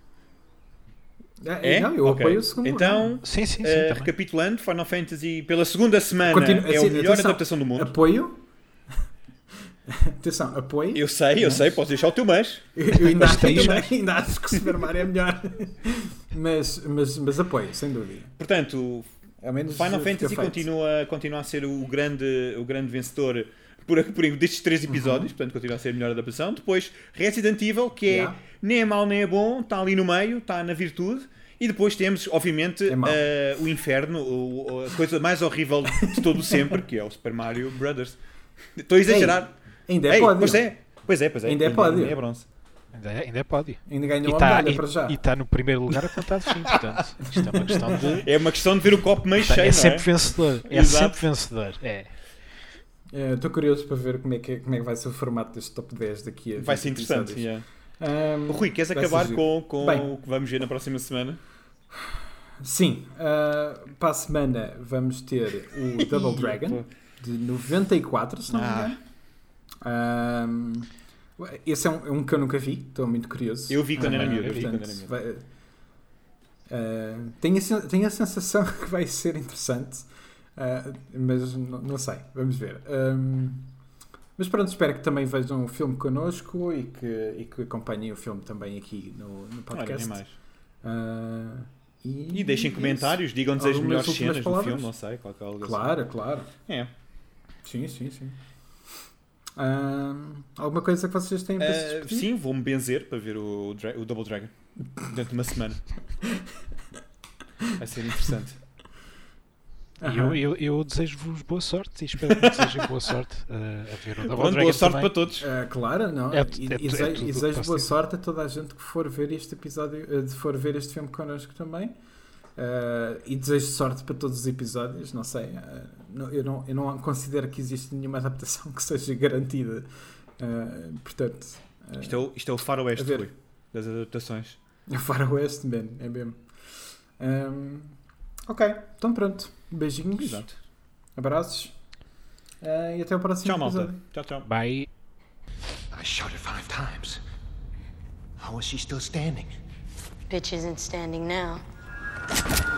É? É? Não, eu Ok. apoio o segundo. Então, Sim, sim, sim. eh, também. recapitulando, Final Fantasy pela segunda semana Continua- é assim, a melhor atenção, adaptação do mundo. Apoio. Atenção, apoio. Eu sei, eu sei, posso deixar o teu mas. Eu, eu ainda, acho, Mas ainda, ainda acho que o Super Mario é melhor. Mas, mas, mas apoio, sem dúvida. Portanto, Ao menos Final fica Fantasy feito. continua, continua a ser o grande, o grande vencedor por, por destes três episódios, portanto continua a ser a melhor adaptação. Depois Resident Evil, que é Yeah. nem é mau nem é bom, está ali no meio, está na virtude. E depois temos, obviamente, É mau. eh, o inferno, o- o- a coisa mais horrível de todo o sempre, que é o Super Mario Brothers. Estou a exagerar. Ainda é Ei, pódio. pois é, pois é, pois é. Ainda é pódio. Ainda é bronze. Ainda é, ainda é pódio. Ainda ganhou E uma está medalha para já. no primeiro lugar apontado fim, portanto. Isto é uma questão de. É uma questão de ver o copo meio cheio, É não sempre é? vencedor. É Exato. sempre vencedor. É. É, Estou curioso para ver como é, que, como é que vai ser o formato deste top dez daqui a Vai vinte ser interessante. episódios. yeah. Ahm, Rui, queres vai acabar ser giro. com, com Bem. o que vamos ver na próxima semana? Sim, ah, para a semana vamos ter o Double Dragon de noventa e quatro, se não me Ah. engano. Ahm, esse é um, é um que eu nunca vi, estou muito curioso. Eu vi quando era Ah, miúdo, eu vi quando portanto, era miúdo. vai- ah, tenho, a, sen- tenho a sensação que vai ser interessante, ah, mas não, não sei, vamos ver. Ahm, mas pronto, espero que também vejam o filme connosco e que, e que acompanhem o filme também aqui no, no Olha, nem podcast. mais. Ah, e, E deixem é comentários, digam-nos as Algumas melhores últimas cenas palavras? do filme, não sei, qualquer algo isso. assim. Claro, claro. É. Sim, sim, sim. Ah, alguma coisa que vocês têm para se Uh, despedir? sim, vou-me benzer para ver o, Dra- o Double Dragon dentro de uma semana. Vai ser interessante. E Aham. eu, eu, eu desejo-vos boa sorte e espero que desejem boa sorte uh, a ver o Double Pronto, Dragon boa sorte também. para todos. Ah, claro, não. É- é- e, é e tudo desejo, o que desejo posso boa dizer. sorte a toda a gente que for ver este episódio, eh, de for ver este filme connosco também. Ah, e desejo sorte para todos os episódios. Não sei, ah, não- eu, não, eu não considero que existe nenhuma adaptação que seja garantida. Ah, portanto, ah, Isto é o, isto é o faroeste, A ver. Rui, das adaptações. é Faroeste, man, é mesmo. Ahm, ok, então pronto. Beijinhos, Exato. abraços ah, e até o próximo Tchau, malta. episódio. Tchau, tchau. Bye. I shot her five times. How is she still standing? Bitch isn't standing now.